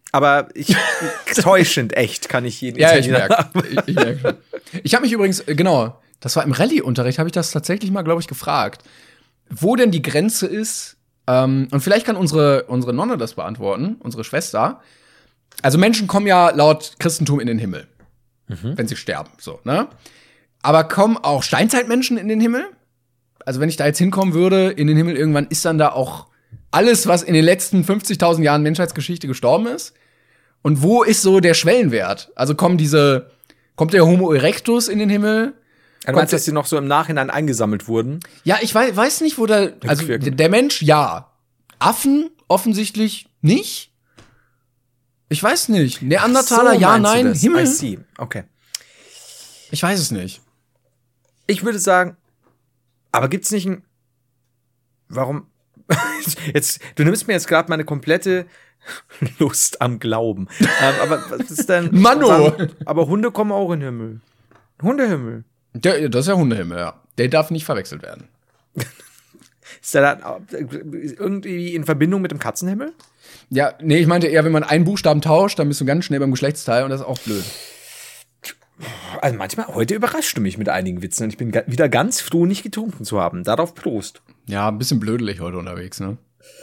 Aber täuschend echt kann ich jeden
Ja, ich
Italiener
merke. Ich merke schon. Ich habe mich übrigens, genau, das war im Rallye-Unterricht, habe ich das tatsächlich mal, glaube ich, gefragt, wo denn die Grenze ist. Und vielleicht kann unsere Nonne das beantworten, unsere Schwester. Also Menschen kommen ja laut Christentum in den Himmel, wenn sie sterben, so, ne? Aber kommen auch Steinzeitmenschen in den Himmel? Also wenn ich da jetzt hinkommen würde, in den Himmel irgendwann, ist dann da auch alles, was in den letzten 50.000 Jahren Menschheitsgeschichte gestorben ist? Und wo ist so der Schwellenwert? Also kommt der Homo erectus in den Himmel?
Du meinst, dass sie noch so im Nachhinein eingesammelt wurden?
Ja, ich weiß nicht, wo also der Mensch, ja. Affen offensichtlich nicht. Ich weiß nicht. Neandertaler,
So
ja,
meinst du
nein,
das?
Himmel.
I see. Okay.
Ich weiß es nicht.
Ich würde sagen, aber gibt's nicht ein, warum, jetzt, du nimmst mir jetzt gerade meine komplette Lust am Glauben. Aber was ist denn?
Mano!
Aber Hunde kommen auch in den Himmel. Hundehimmel.
Das ist ja Hundehimmel, ja. Der darf nicht verwechselt werden.
Ist der dann irgendwie in Verbindung mit dem Katzenhimmel?
Ja, nee, ich meinte eher, wenn man einen Buchstaben tauscht, dann bist du ganz schnell beim Geschlechtsteil und das ist auch blöd.
Also manchmal, heute überrascht du mich mit einigen Witzen und ich bin wieder ganz froh, nicht getrunken zu haben. Darauf Prost.
Ja, ein bisschen blödelig heute unterwegs, ne?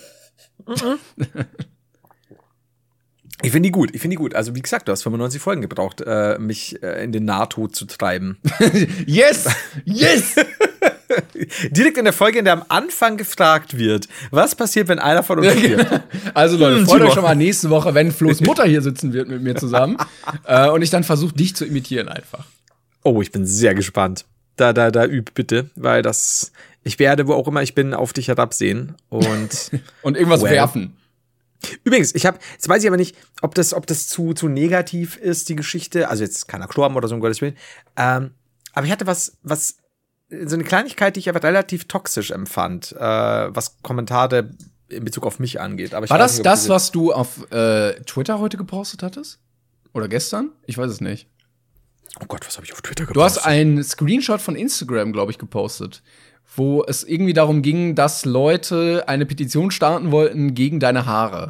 Ich finde die gut. Also wie gesagt, du hast 95 Folgen gebraucht, mich in den Nahtod zu treiben.
Yes! Yes!
Direkt in der Folge, in der am Anfang gefragt wird, was passiert, wenn einer von uns stirbt.
Also Leute, freut euch schon mal nächste Woche, wenn Flo's Mutter hier sitzen wird mit mir zusammen und ich dann versuche, dich zu imitieren einfach.
Oh, ich bin sehr gespannt. Da üb bitte, weil ich werde, wo auch immer ich bin, auf dich herabsehen und
und irgendwas werfen.
Übrigens, jetzt weiß ich aber nicht, ob das zu negativ ist, die Geschichte. Also jetzt keiner gestorben oder so, um Gottes Willen. Aber ich hatte was, so eine Kleinigkeit, die ich aber relativ toxisch empfand, was Kommentare in Bezug auf mich angeht. Aber ich
war
weiß
das
nicht,
was du auf Twitter heute gepostet hattest? Oder gestern? Ich weiß es nicht.
Oh Gott, was habe ich auf Twitter gepostet?
Du hast einen Screenshot von Instagram, glaube ich, gepostet, wo es irgendwie darum ging, dass Leute eine Petition starten wollten gegen deine Haare.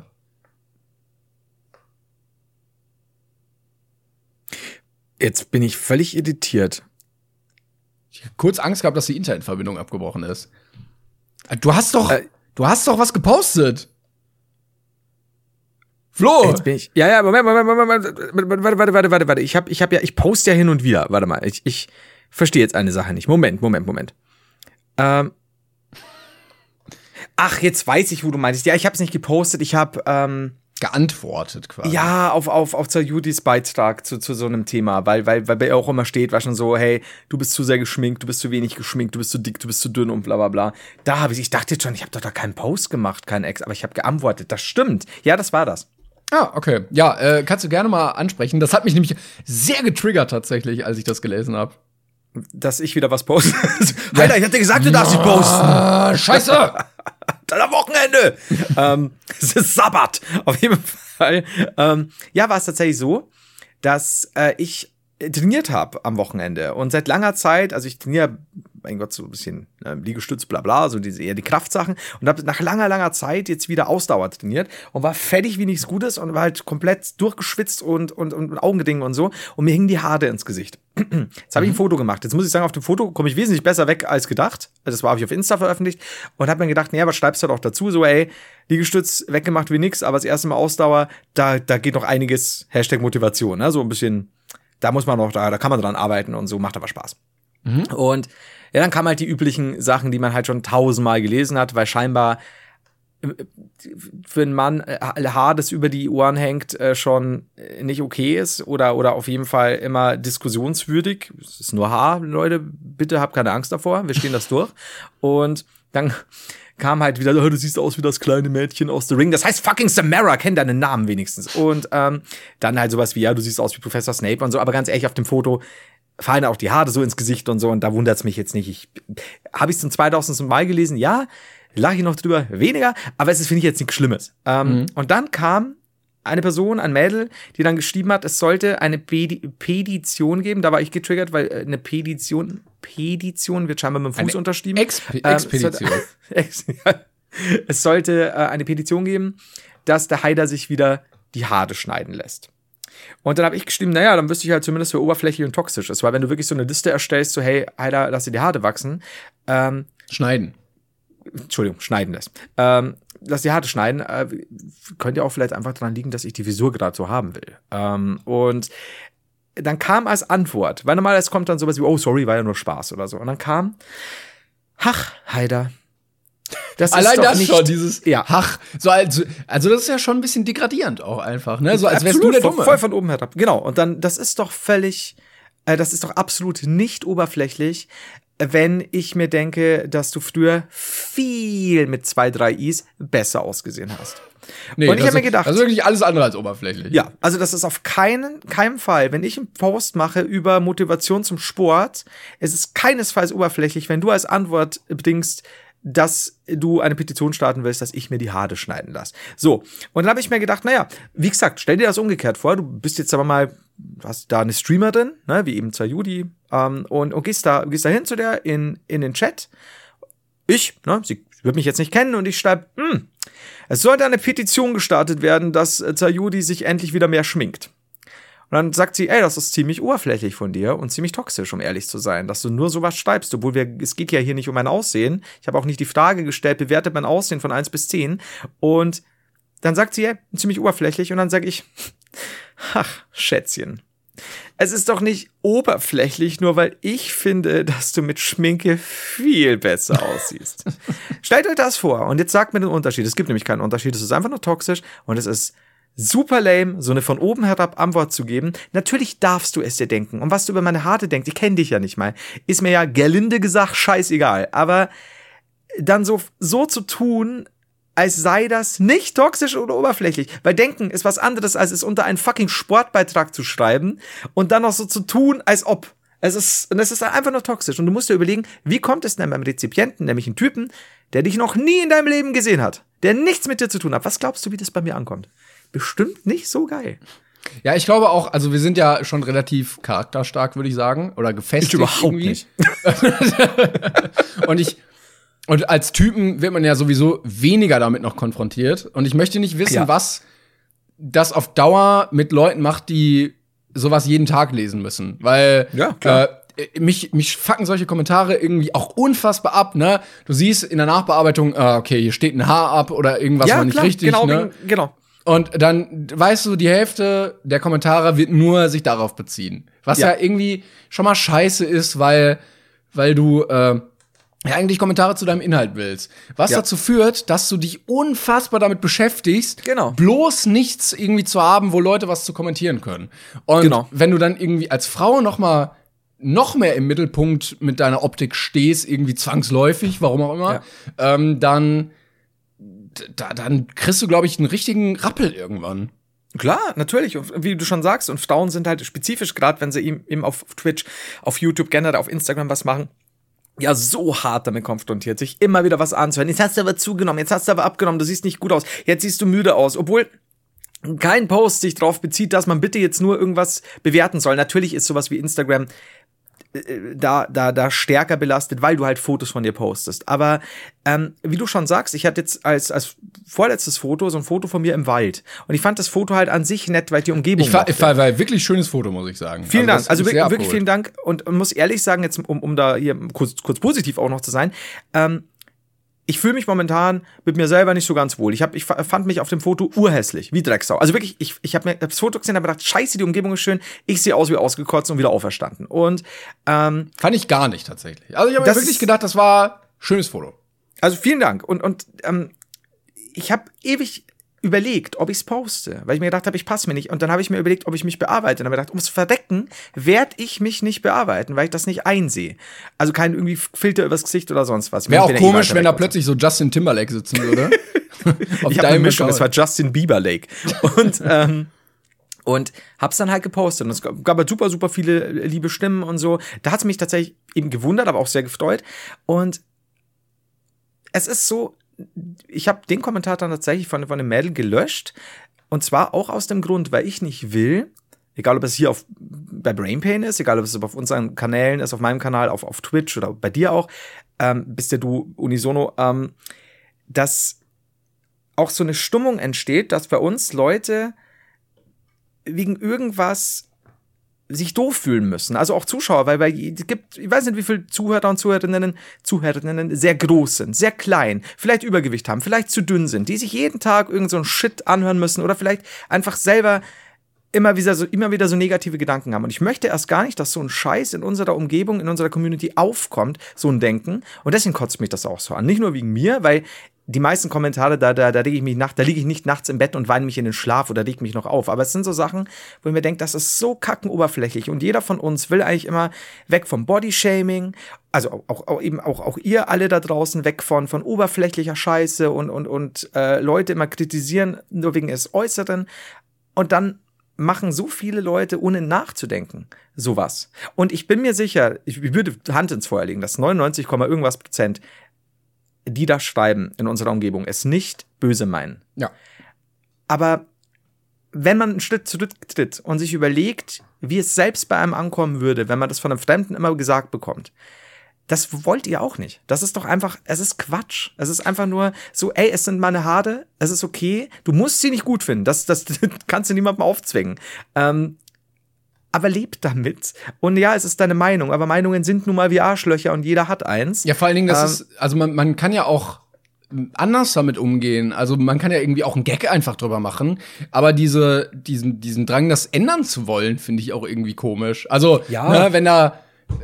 Jetzt bin ich völlig irritiert.
Ich habe kurz Angst gehabt, dass die Internetverbindung abgebrochen ist. Du hast doch was gepostet. Flo!
Jetzt bin ich. Ja, Moment. Warte. Ich poste ja hin und wieder. Warte mal. Ich verstehe jetzt eine Sache nicht. Moment. Ach, jetzt weiß ich, wo du meintest. Ja, ich habe es nicht gepostet. Ich habe
geantwortet quasi.
Ja, auf Judiths Beitrag zu so einem Thema, weil bei ihr auch immer steht, war schon so, hey, du bist zu sehr geschminkt, du bist zu wenig geschminkt, du bist zu dick, du bist zu dünn und bla bla bla. Ich dachte jetzt schon, ich habe doch da keinen Post gemacht, keinen Ex, aber ich habe geantwortet. Das stimmt. Ja, das war das.
Ah, okay. Ja, kannst du gerne mal ansprechen. Das hat mich nämlich sehr getriggert tatsächlich, als ich das gelesen habe.
Dass ich wieder was poste. Alter, ich hab dir gesagt, du darfst sie posten.
Scheiße!
Dann am Wochenende. Es ist Sabbat. Auf jeden Fall. Ja, war es tatsächlich so, dass ich trainiert habe am Wochenende. Und seit langer Zeit, also ich trainiere, mein Gott, so ein bisschen Liegestütz, bla bla, so eher die Kraftsachen. Und habe nach langer Zeit jetzt wieder Ausdauer trainiert und war fertig wie nichts Gutes und war halt komplett durchgeschwitzt und Augendingen und so. Und mir hingen die Haare ins Gesicht. Jetzt habe ich ein Foto gemacht. Jetzt muss ich sagen, auf dem Foto komme ich wesentlich besser weg als gedacht. Das habe ich auf Insta veröffentlicht und habe mir gedacht, naja, was schreibst du doch dazu? So, ey, Liegestütz weggemacht wie nix, aber das erste Mal Ausdauer, da geht noch einiges, #Motivation, ne? So ein bisschen, da muss man noch, da kann man dran arbeiten und so, macht aber Spaß. Und ja, dann kamen halt die üblichen Sachen, die man halt schon 1000-mal gelesen hat, weil scheinbar für einen Mann Haar, das über die Ohren hängt, schon nicht okay ist oder auf jeden Fall immer diskussionswürdig. Es ist nur Haar, Leute, bitte habt keine Angst davor, wir stehen das durch. Und dann kam halt wieder, du siehst aus wie das kleine Mädchen aus The Ring. Das heißt fucking Samara, kenn deinen Namen wenigstens. Und dann halt sowas wie, ja, du siehst aus wie Professor Snape und so. Aber ganz ehrlich, auf dem Foto fallen auch die Haare so ins Gesicht und so. Und da wundert's mich jetzt nicht. Habe ich es zum 2000. Mal gelesen? Ja. Lache ich noch drüber? Weniger. Aber es ist, finde ich, jetzt nichts Schlimmes. Und dann kam eine Person, ein Mädel, die dann geschrieben hat, es sollte eine Petition geben. Da war ich getriggert, weil eine Petition wird scheinbar mit dem Fuß unterschrieben.
Expedition.
Es sollte eine Petition geben, dass der Haider sich wieder die Haare schneiden lässt. Und dann habe ich geschrieben, naja, dann wüsste ich halt zumindest, wer oberflächlich und toxisch ist. Weil wenn du wirklich so eine Liste erstellst, so hey, Alter, lass dir die Haare wachsen.
Schneiden
lässt. Lass die Haare schneiden. Könnte ja auch vielleicht einfach daran liegen, dass ich die Frisur gerade so haben will. Und dann kam als Antwort, weil normalerweise kommt dann sowas wie, oh, sorry, war ja nur Spaß oder so. Und dann kam, ach, Haider, das
allein
ist doch
das
nicht,
schon, dieses
ja.
Hach. So, also das ist ja schon ein bisschen degradierend auch einfach, ne? So als wärst du
Absolut,
der Dumme.
voll von oben herab. Genau. Und dann, das ist doch absolut nicht oberflächlich, wenn ich mir denke, dass du früher viel mit 2, 3 Is besser ausgesehen hast.
Nee,
und ich habe mir gedacht,
also wirklich alles andere als oberflächlich.
ja, also das ist auf keinen Fall, wenn ich einen Post mache über Motivation zum Sport, es ist keinesfalls oberflächlich, wenn du als Antwort bedingst, dass du eine Petition starten willst, dass ich mir die Haare schneiden lasse. So, und dann habe ich mir gedacht, naja, wie gesagt, stell dir das umgekehrt vor, du bist jetzt aber mal, hast da eine Streamerin, ne, wie eben Sayuri, und gehst da hin zu der in den Chat. Sie wird mich jetzt nicht kennen und ich schreibe, es sollte eine Petition gestartet werden, dass Sayuri sich endlich wieder mehr schminkt. Und dann sagt sie, ey, das ist ziemlich oberflächlich von dir und ziemlich toxisch, um ehrlich zu sein, dass du nur sowas schreibst, obwohl es geht ja hier nicht um mein Aussehen. Ich habe auch nicht die Frage gestellt, bewertet mein Aussehen von 1 bis 10. Und dann sagt sie, ey, ziemlich oberflächlich. Und dann sage ich, ach, Schätzchen, es ist doch nicht oberflächlich, nur weil ich finde, dass du mit Schminke viel besser aussiehst. Stellt euch das vor und jetzt sagt mir den Unterschied. Es gibt nämlich keinen Unterschied, es ist einfach nur toxisch und es ist super lame, so eine von oben herab Antwort zu geben. Natürlich darfst du es dir denken. Und was du über meine Haare denkst, ich kenne dich ja nicht mal, ist mir ja gelinde gesagt scheißegal. Aber dann so zu tun, als sei das nicht toxisch oder oberflächlich. Weil denken ist was anderes, als es unter einen fucking Sportbeitrag zu schreiben und dann noch so zu tun, als ob. Es ist einfach nur toxisch. Und du musst dir überlegen, wie kommt es denn beim Rezipienten, nämlich einen Typen, der dich noch nie in deinem Leben gesehen hat, der nichts mit dir zu tun hat. Was glaubst du, wie das bei mir ankommt? Bestimmt nicht so geil.
Ja, ich glaube auch, also wir sind ja schon relativ charakterstark, würde ich sagen, oder gefestigt.
Ich überhaupt nicht.
Und als Typen wird man ja sowieso weniger damit noch konfrontiert. Und ich möchte nicht wissen, was das auf Dauer mit Leuten macht, die sowas jeden Tag lesen müssen. Weil mich fucken solche Kommentare irgendwie auch unfassbar ab, ne? Du siehst in der Nachbearbeitung, okay, hier steht ein Haar ab oder irgendwas war nicht richtig, ne?
Genau.
Und dann weißt du, die Hälfte der Kommentare wird nur sich darauf beziehen. Was ja irgendwie schon mal scheiße ist, weil du eigentlich Kommentare zu deinem Inhalt willst. Was dazu führt, dass du dich unfassbar damit beschäftigst, bloß nichts irgendwie zu haben, wo Leute was zu kommentieren können. Und wenn du dann irgendwie als Frau noch mehr im Mittelpunkt mit deiner Optik stehst, irgendwie zwangsläufig, warum auch immer, dann kriegst du, glaube ich, einen richtigen Rappel irgendwann.
Klar, natürlich. Und wie du schon sagst, und Frauen sind halt spezifisch, gerade wenn sie eben auf Twitch, auf YouTube, generell auf Instagram was machen, ja, so hart damit konfrontiert, sich immer wieder was anzuhören. Jetzt hast du aber zugenommen, jetzt hast du aber abgenommen, du siehst nicht gut aus, jetzt siehst du müde aus, obwohl kein Post sich darauf bezieht, dass man bitte jetzt nur irgendwas bewerten soll. Natürlich ist sowas wie Instagram da stärker belastet, weil du halt Fotos von dir postest. Aber wie du schon sagst, ich hatte jetzt als vorletztes Foto so ein Foto von mir im Wald. Und ich fand das Foto halt an sich nett, weil die Umgebung
war ein wirklich schönes Foto, muss ich sagen.
Vielen Dank. Also wirklich vielen Dank. Und muss ehrlich sagen, jetzt um da hier kurz positiv auch noch zu sein, ich fühle mich momentan mit mir selber nicht so ganz wohl. Ich fand mich auf dem Foto urhässlich, wie Drecksau. Also wirklich, ich habe mir das Foto gesehen und habe gedacht, scheiße, die Umgebung ist schön. Ich sehe aus wie ausgekotzt und wieder auferstanden. Und
fand ich gar nicht tatsächlich. Also ich habe mir wirklich gedacht, das war ein schönes Foto.
Also vielen Dank. Und ich habe ewig überlegt, ob ich es poste, weil ich mir gedacht habe, ich passe mir nicht. Und dann habe ich mir überlegt, ob ich mich bearbeite. Und dann habe ich gedacht, ums Verdecken werde ich mich nicht bearbeiten, weil ich das nicht einsehe. Also kein irgendwie Filter übers Gesicht oder sonst was.
Wäre auch komisch, wenn da plötzlich so Justin Timberlake sitzen würde.
Ich habe eine Mischung, es war Justin Bieberlake. Und hab's dann halt gepostet. Und es gab halt super, super viele liebe Stimmen und so. Da hat's mich tatsächlich eben gewundert, aber auch sehr gefreut. Und es ist so, ich habe den Kommentar dann tatsächlich von dem Mädel gelöscht. Und zwar auch aus dem Grund, weil ich nicht will, egal ob es hier bei Brainpain ist, egal ob es auf unseren Kanälen ist, auf meinem Kanal, auf Twitch oder bei dir auch, bist ja du unisono, dass auch so eine Stimmung entsteht, dass bei uns Leute wegen irgendwas sich doof fühlen müssen. Also auch Zuschauer, weil es gibt, ich weiß nicht, wie viele Zuhörer und Zuhörerinnen sehr groß sind, sehr klein, vielleicht Übergewicht haben, vielleicht zu dünn sind, die sich jeden Tag irgend so einen Shit anhören müssen oder vielleicht einfach selber immer wieder so negative Gedanken haben. Und ich möchte erst gar nicht, dass so ein Scheiß in unserer Umgebung, in unserer Community aufkommt, so ein Denken. Und deswegen kotzt mich das auch so an. Nicht nur wegen mir, weil die meisten Kommentare, da liege ich nicht nachts im Bett und weine mich in den Schlaf oder reg mich noch auf. Aber es sind so Sachen, wo ich mir denke, das ist so kackenoberflächlich. Und jeder von uns will eigentlich immer weg vom Bodyshaming. Also auch ihr alle da draußen weg von oberflächlicher Scheiße und Leute immer kritisieren, nur wegen des Äußeren. Und dann machen so viele Leute, ohne nachzudenken, sowas. Und ich bin mir sicher, ich würde Hand ins Feuer legen, dass 99, irgendwas Prozent, die da schreiben in unserer Umgebung, es nicht böse meinen.
Ja.
Aber wenn man einen Schritt zurücktritt und sich überlegt, wie es selbst bei einem ankommen würde, wenn man das von einem Fremden immer gesagt bekommt, das wollt ihr auch nicht. Das ist doch einfach, es ist Quatsch. Es ist einfach nur so, ey, es sind meine Haare, es ist okay. Du musst sie nicht gut finden. Das kannst du niemandem aufzwingen. Aber lebt damit. Und ja, es ist deine Meinung. Aber Meinungen sind nun mal wie Arschlöcher und jeder hat eins.
Ja, vor allen Dingen, also man kann ja auch anders damit umgehen. Also man kann ja irgendwie auch einen Gag einfach drüber machen. Aber diesen Drang, das ändern zu wollen, finde ich auch irgendwie komisch. Also,
ja.
Wenn da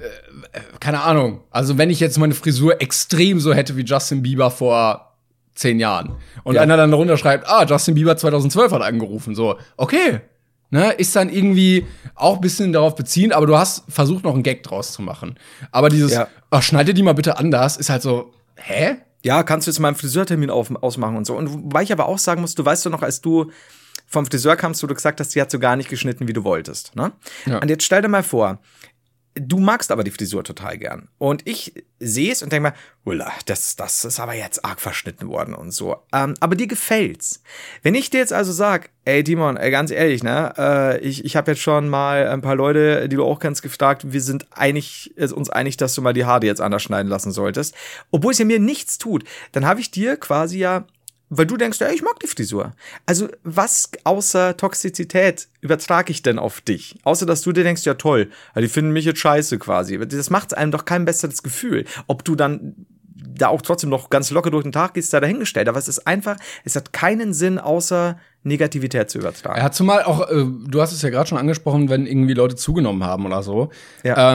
keine Ahnung. Also wenn ich jetzt meine Frisur extrem so hätte wie Justin Bieber vor 10 Jahren und einer dann darunter schreibt, Justin Bieber 2012 hat angerufen, so, okay, ne, ist dann irgendwie auch ein bisschen darauf beziehen, aber du hast versucht, noch einen Gag draus zu machen. Aber dieses, schneid dir die mal bitte anders, ist halt so, hä?
Ja, kannst du jetzt mal einen Friseurtermin ausmachen und so. Und wobei ich aber auch sagen muss, du weißt doch noch, als du vom Friseur kamst, wo du gesagt hast, die hat so gar nicht geschnitten, wie du wolltest, ne? Ja. Und jetzt stell dir mal vor, du magst aber die Frisur total gern. Und ich sehe es und denke mal, das ist aber jetzt arg verschnitten worden und so. Aber dir gefällt's. Wenn ich dir jetzt also sag, ey Timon, ganz ehrlich, ne, ich habe jetzt schon mal ein paar Leute, die du auch kennst, gefragt, wir sind uns einig, dass du mal die Haare jetzt anders schneiden lassen solltest. Obwohl es ja mir nichts tut, dann habe ich dir quasi ja, weil du denkst, ich mag die Frisur. Also was außer Toxizität übertrage ich denn auf dich? Außer, dass du dir denkst, ja toll, die finden mich jetzt scheiße quasi. Das macht einem doch kein besseres Gefühl. Ob du dann da auch trotzdem noch ganz locker durch den Tag gehst, sei dahingestellt. Aber es ist einfach, es hat keinen Sinn, außer Negativität zu übertragen.
Ja, zumal auch, du hast es ja gerade schon angesprochen, wenn irgendwie Leute zugenommen haben oder so.
Ja.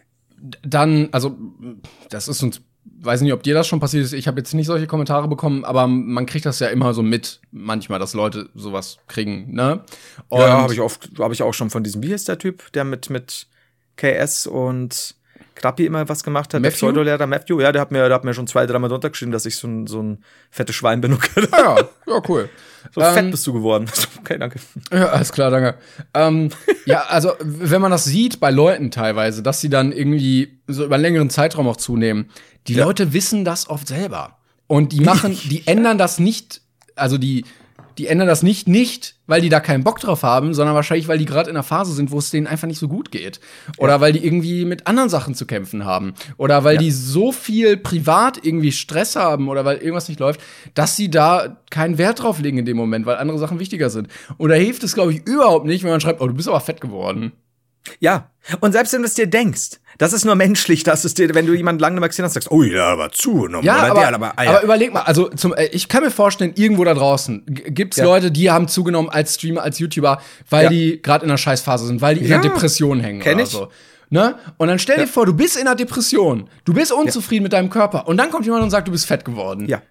Dann, also, das ist uns, weiß nicht, ob dir das schon passiert ist, ich habe jetzt nicht solche Kommentare bekommen, aber man kriegt das ja immer so mit, manchmal, dass Leute sowas kriegen, ne? Und
ja, habe ich auch schon von diesem, wie heißt der Typ, der mit KS und Krappi immer was gemacht hat,
Matthew?
Der Pseudolehrer Matthew, ja, der hat mir schon 2-3 Mal drunter geschrieben, dass ich so ein fettes Schwein bin.
Ja, cool.
So fett bist du geworden. Okay, danke.
Ja, alles klar, danke. Ja, also, wenn man das sieht bei Leuten teilweise, dass sie dann irgendwie so über einen längeren Zeitraum auch zunehmen, die Leute wissen das oft selber. Und die ändern das nicht, also die ändern das nicht, weil die da keinen Bock drauf haben, sondern wahrscheinlich, weil die gerade in einer Phase sind, wo es denen einfach nicht so gut geht. Oder weil die irgendwie mit anderen Sachen zu kämpfen haben. Oder weil die so viel privat irgendwie Stress haben oder weil irgendwas nicht läuft, dass sie da keinen Wert drauf legen in dem Moment, weil andere Sachen wichtiger sind. Und da hilft es, glaube ich, überhaupt nicht, wenn man schreibt, du bist aber fett geworden.
Ja, und selbst wenn du es dir denkst, das ist nur menschlich, dass es dir, wenn du jemanden lange nicht mehr gesehen hast, sagst, ja, aber zugenommen.
Ja,
oder
aber überleg mal, also ich kann mir vorstellen, irgendwo da draußen gibt's Leute, die haben zugenommen als Streamer, als YouTuber, weil die gerade in einer Scheißphase sind, weil die in einer Depression hängen oder so. Ne? Und dann stell dir vor, du bist in einer Depression, du bist unzufrieden mit deinem Körper und dann kommt jemand und sagt, du bist fett geworden.
Ja.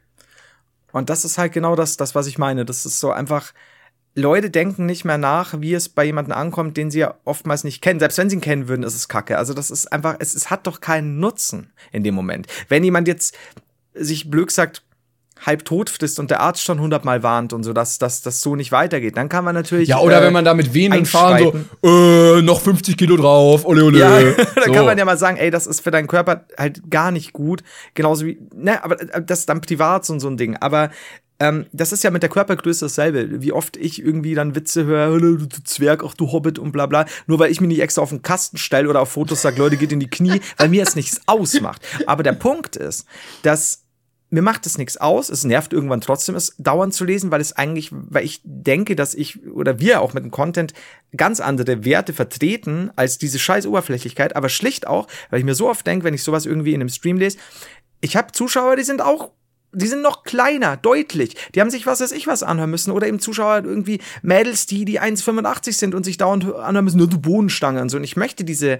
Und das ist halt genau das, was ich meine. Das ist so einfach, Leute denken nicht mehr nach, wie es bei jemandem ankommt, den sie ja oftmals nicht kennen. Selbst wenn sie ihn kennen würden, ist es kacke. Also das ist einfach, es hat doch keinen Nutzen in dem Moment. Wenn jemand jetzt sich blöd sagt, halb tot frisst und der Arzt schon 100-mal warnt und so, dass das so nicht weitergeht, dann kann man natürlich
ja, oder wenn man da mit wehenden Fahren so, noch 50 Kilo drauf, ole ole.
Ja, dann kann man ja mal sagen, ey, das ist für deinen Körper halt gar nicht gut. Genauso wie, ne, aber das ist dann privat so ein Ding. Aber das ist ja mit der Körpergröße dasselbe. Wie oft ich irgendwie dann Witze höre, du Zwerg, ach du Hobbit und bla bla. Nur weil ich mich nicht extra auf den Kasten stelle oder auf Fotos sage, Leute, geht in die Knie, weil mir es nichts ausmacht. Aber der Punkt ist, dass mir macht es nichts aus, es nervt irgendwann trotzdem, es dauernd zu lesen, weil ich denke, dass wir auch mit dem Content ganz andere Werte vertreten als diese scheiß Oberflächlichkeit, aber schlicht auch, weil ich mir so oft denke, wenn ich sowas irgendwie in einem Stream lese, ich habe Zuschauer, die sind noch kleiner, deutlich. Die haben sich was anhören müssen. Oder eben Zuschauer irgendwie Mädels, die 1,85 sind und sich dauernd anhören müssen, nur du Bohnenstange und so. Und ich möchte diese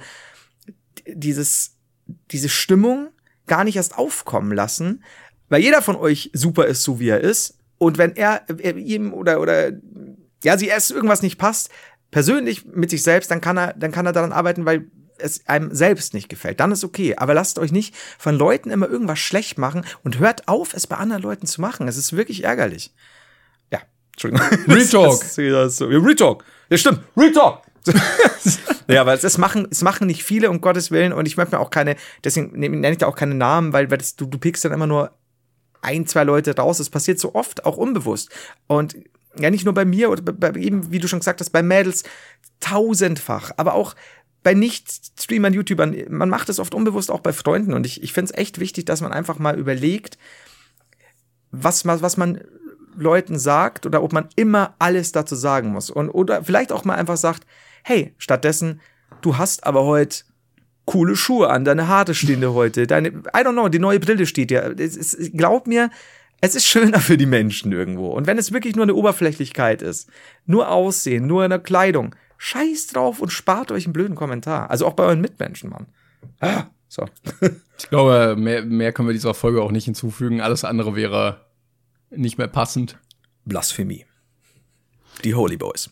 Stimmung gar nicht erst aufkommen lassen, weil jeder von euch super ist, so wie er ist. Und wenn er ihm oder sie erst irgendwas nicht passt, persönlich mit sich selbst, dann kann er daran arbeiten, weil es einem selbst nicht gefällt, dann ist okay. Aber lasst euch nicht von Leuten immer irgendwas schlecht machen und hört auf, es bei anderen Leuten zu machen. Es ist wirklich ärgerlich. Ja, Entschuldigung.
Retalk.
Retalk. Ja, stimmt. Retalk. Ja, aber es machen nicht viele, um Gottes Willen. Und ich möchte mir auch deswegen nenne ich da auch keine Namen, weil du pickst dann immer nur 1, 2 Leute raus. Es passiert so oft, auch unbewusst. Und ja, nicht nur bei mir oder bei eben, wie du schon gesagt hast, bei Mädels tausendfach, aber auch bei Nicht-Streamern, YouTubern, man macht es oft unbewusst auch bei Freunden. Und ich finde es echt wichtig, dass man einfach mal überlegt, was man Leuten sagt oder ob man immer alles dazu sagen muss. Oder vielleicht auch mal einfach sagt, hey, stattdessen, du hast aber heute coole Schuhe an, deine Haare stehen dir heute, I don't know, die neue Brille steht dir. Glaub mir, es ist schöner für die Menschen irgendwo. Und wenn es wirklich nur eine Oberflächlichkeit ist, nur Aussehen, nur eine Kleidung, scheiß drauf und spart euch einen blöden Kommentar. Also auch bei euren Mitmenschen, Mann. So.
Ich glaube, mehr können wir dieser Folge auch nicht hinzufügen. Alles andere wäre nicht mehr passend.
Blasphemie. Die Holy Boys.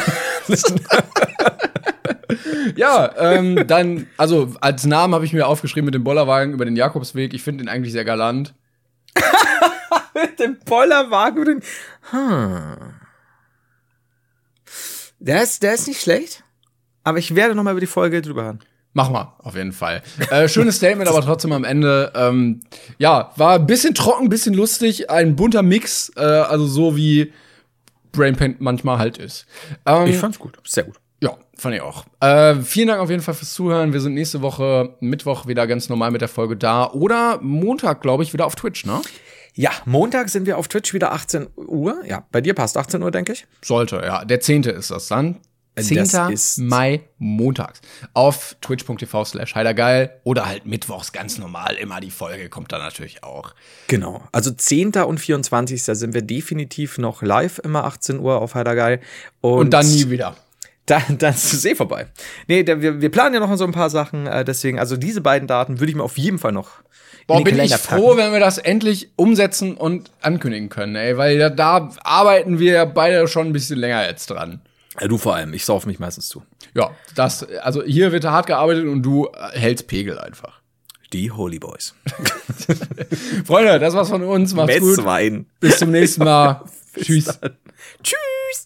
Ja, dann, also als Namen habe ich mir aufgeschrieben mit dem Bollerwagen über den Jakobsweg. Ich finde ihn eigentlich sehr galant.
Mit dem Bollerwagen. Der ist nicht schlecht, aber ich werde noch mal über die Folge drüber hören.
Mach mal, auf jeden Fall. Schönes Statement, aber trotzdem am Ende. War ein bisschen trocken, ein bisschen lustig, ein bunter Mix, also so wie Brainpaint manchmal halt ist.
Ich fand's gut, sehr gut.
Ja, fand ich auch. Vielen Dank auf jeden Fall fürs Zuhören. Wir sind nächste Woche Mittwoch wieder ganz normal mit der Folge da. Oder Montag, glaube ich, wieder auf Twitch, ne?
Ja, Montag sind wir auf Twitch wieder 18 Uhr. Ja, bei dir passt 18 Uhr, denke ich.
Sollte, ja. Der 10. ist das dann. 10. Mai, montags. Auf twitch.tv/heidergeil oder halt mittwochs ganz normal. Immer die Folge kommt dann natürlich auch.
Genau. Also 10. und 24. sind wir definitiv noch live, immer 18 Uhr auf Heidergeil. Und
dann nie wieder.
Dann ist es vorbei. Nee, wir planen ja noch so ein paar Sachen. Deswegen, also diese beiden Daten würde ich mir auf jeden Fall noch
bin ich froh, wenn wir das endlich umsetzen und ankündigen können, ey, weil da arbeiten wir beide schon ein bisschen länger jetzt dran.
Ja, du vor allem, ich sauf mich meistens zu.
Ja, also hier wird hart gearbeitet und du hältst Pegel einfach.
Die Holy Boys.
Freunde, das war's von uns, macht's gut. Bis zum nächsten Mal. Tschüss.
Tschüss.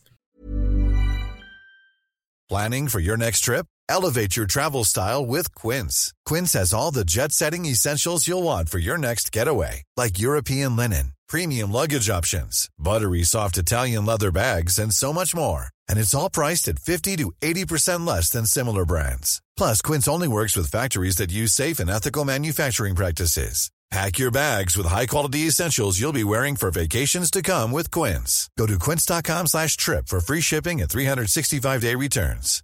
Planning for your next trip? Elevate your travel style with Quince. Quince has all the jet-setting essentials you'll want for your next getaway, like European linen, premium luggage options, buttery soft Italian leather bags, and so much more. And it's all priced at 50 to 80% less than similar brands. Plus, Quince only works with factories that use safe and ethical manufacturing practices. Pack your bags with high-quality essentials you'll be wearing for vacations to come with Quince. Go to quince.com/trip for free shipping and 365-day returns.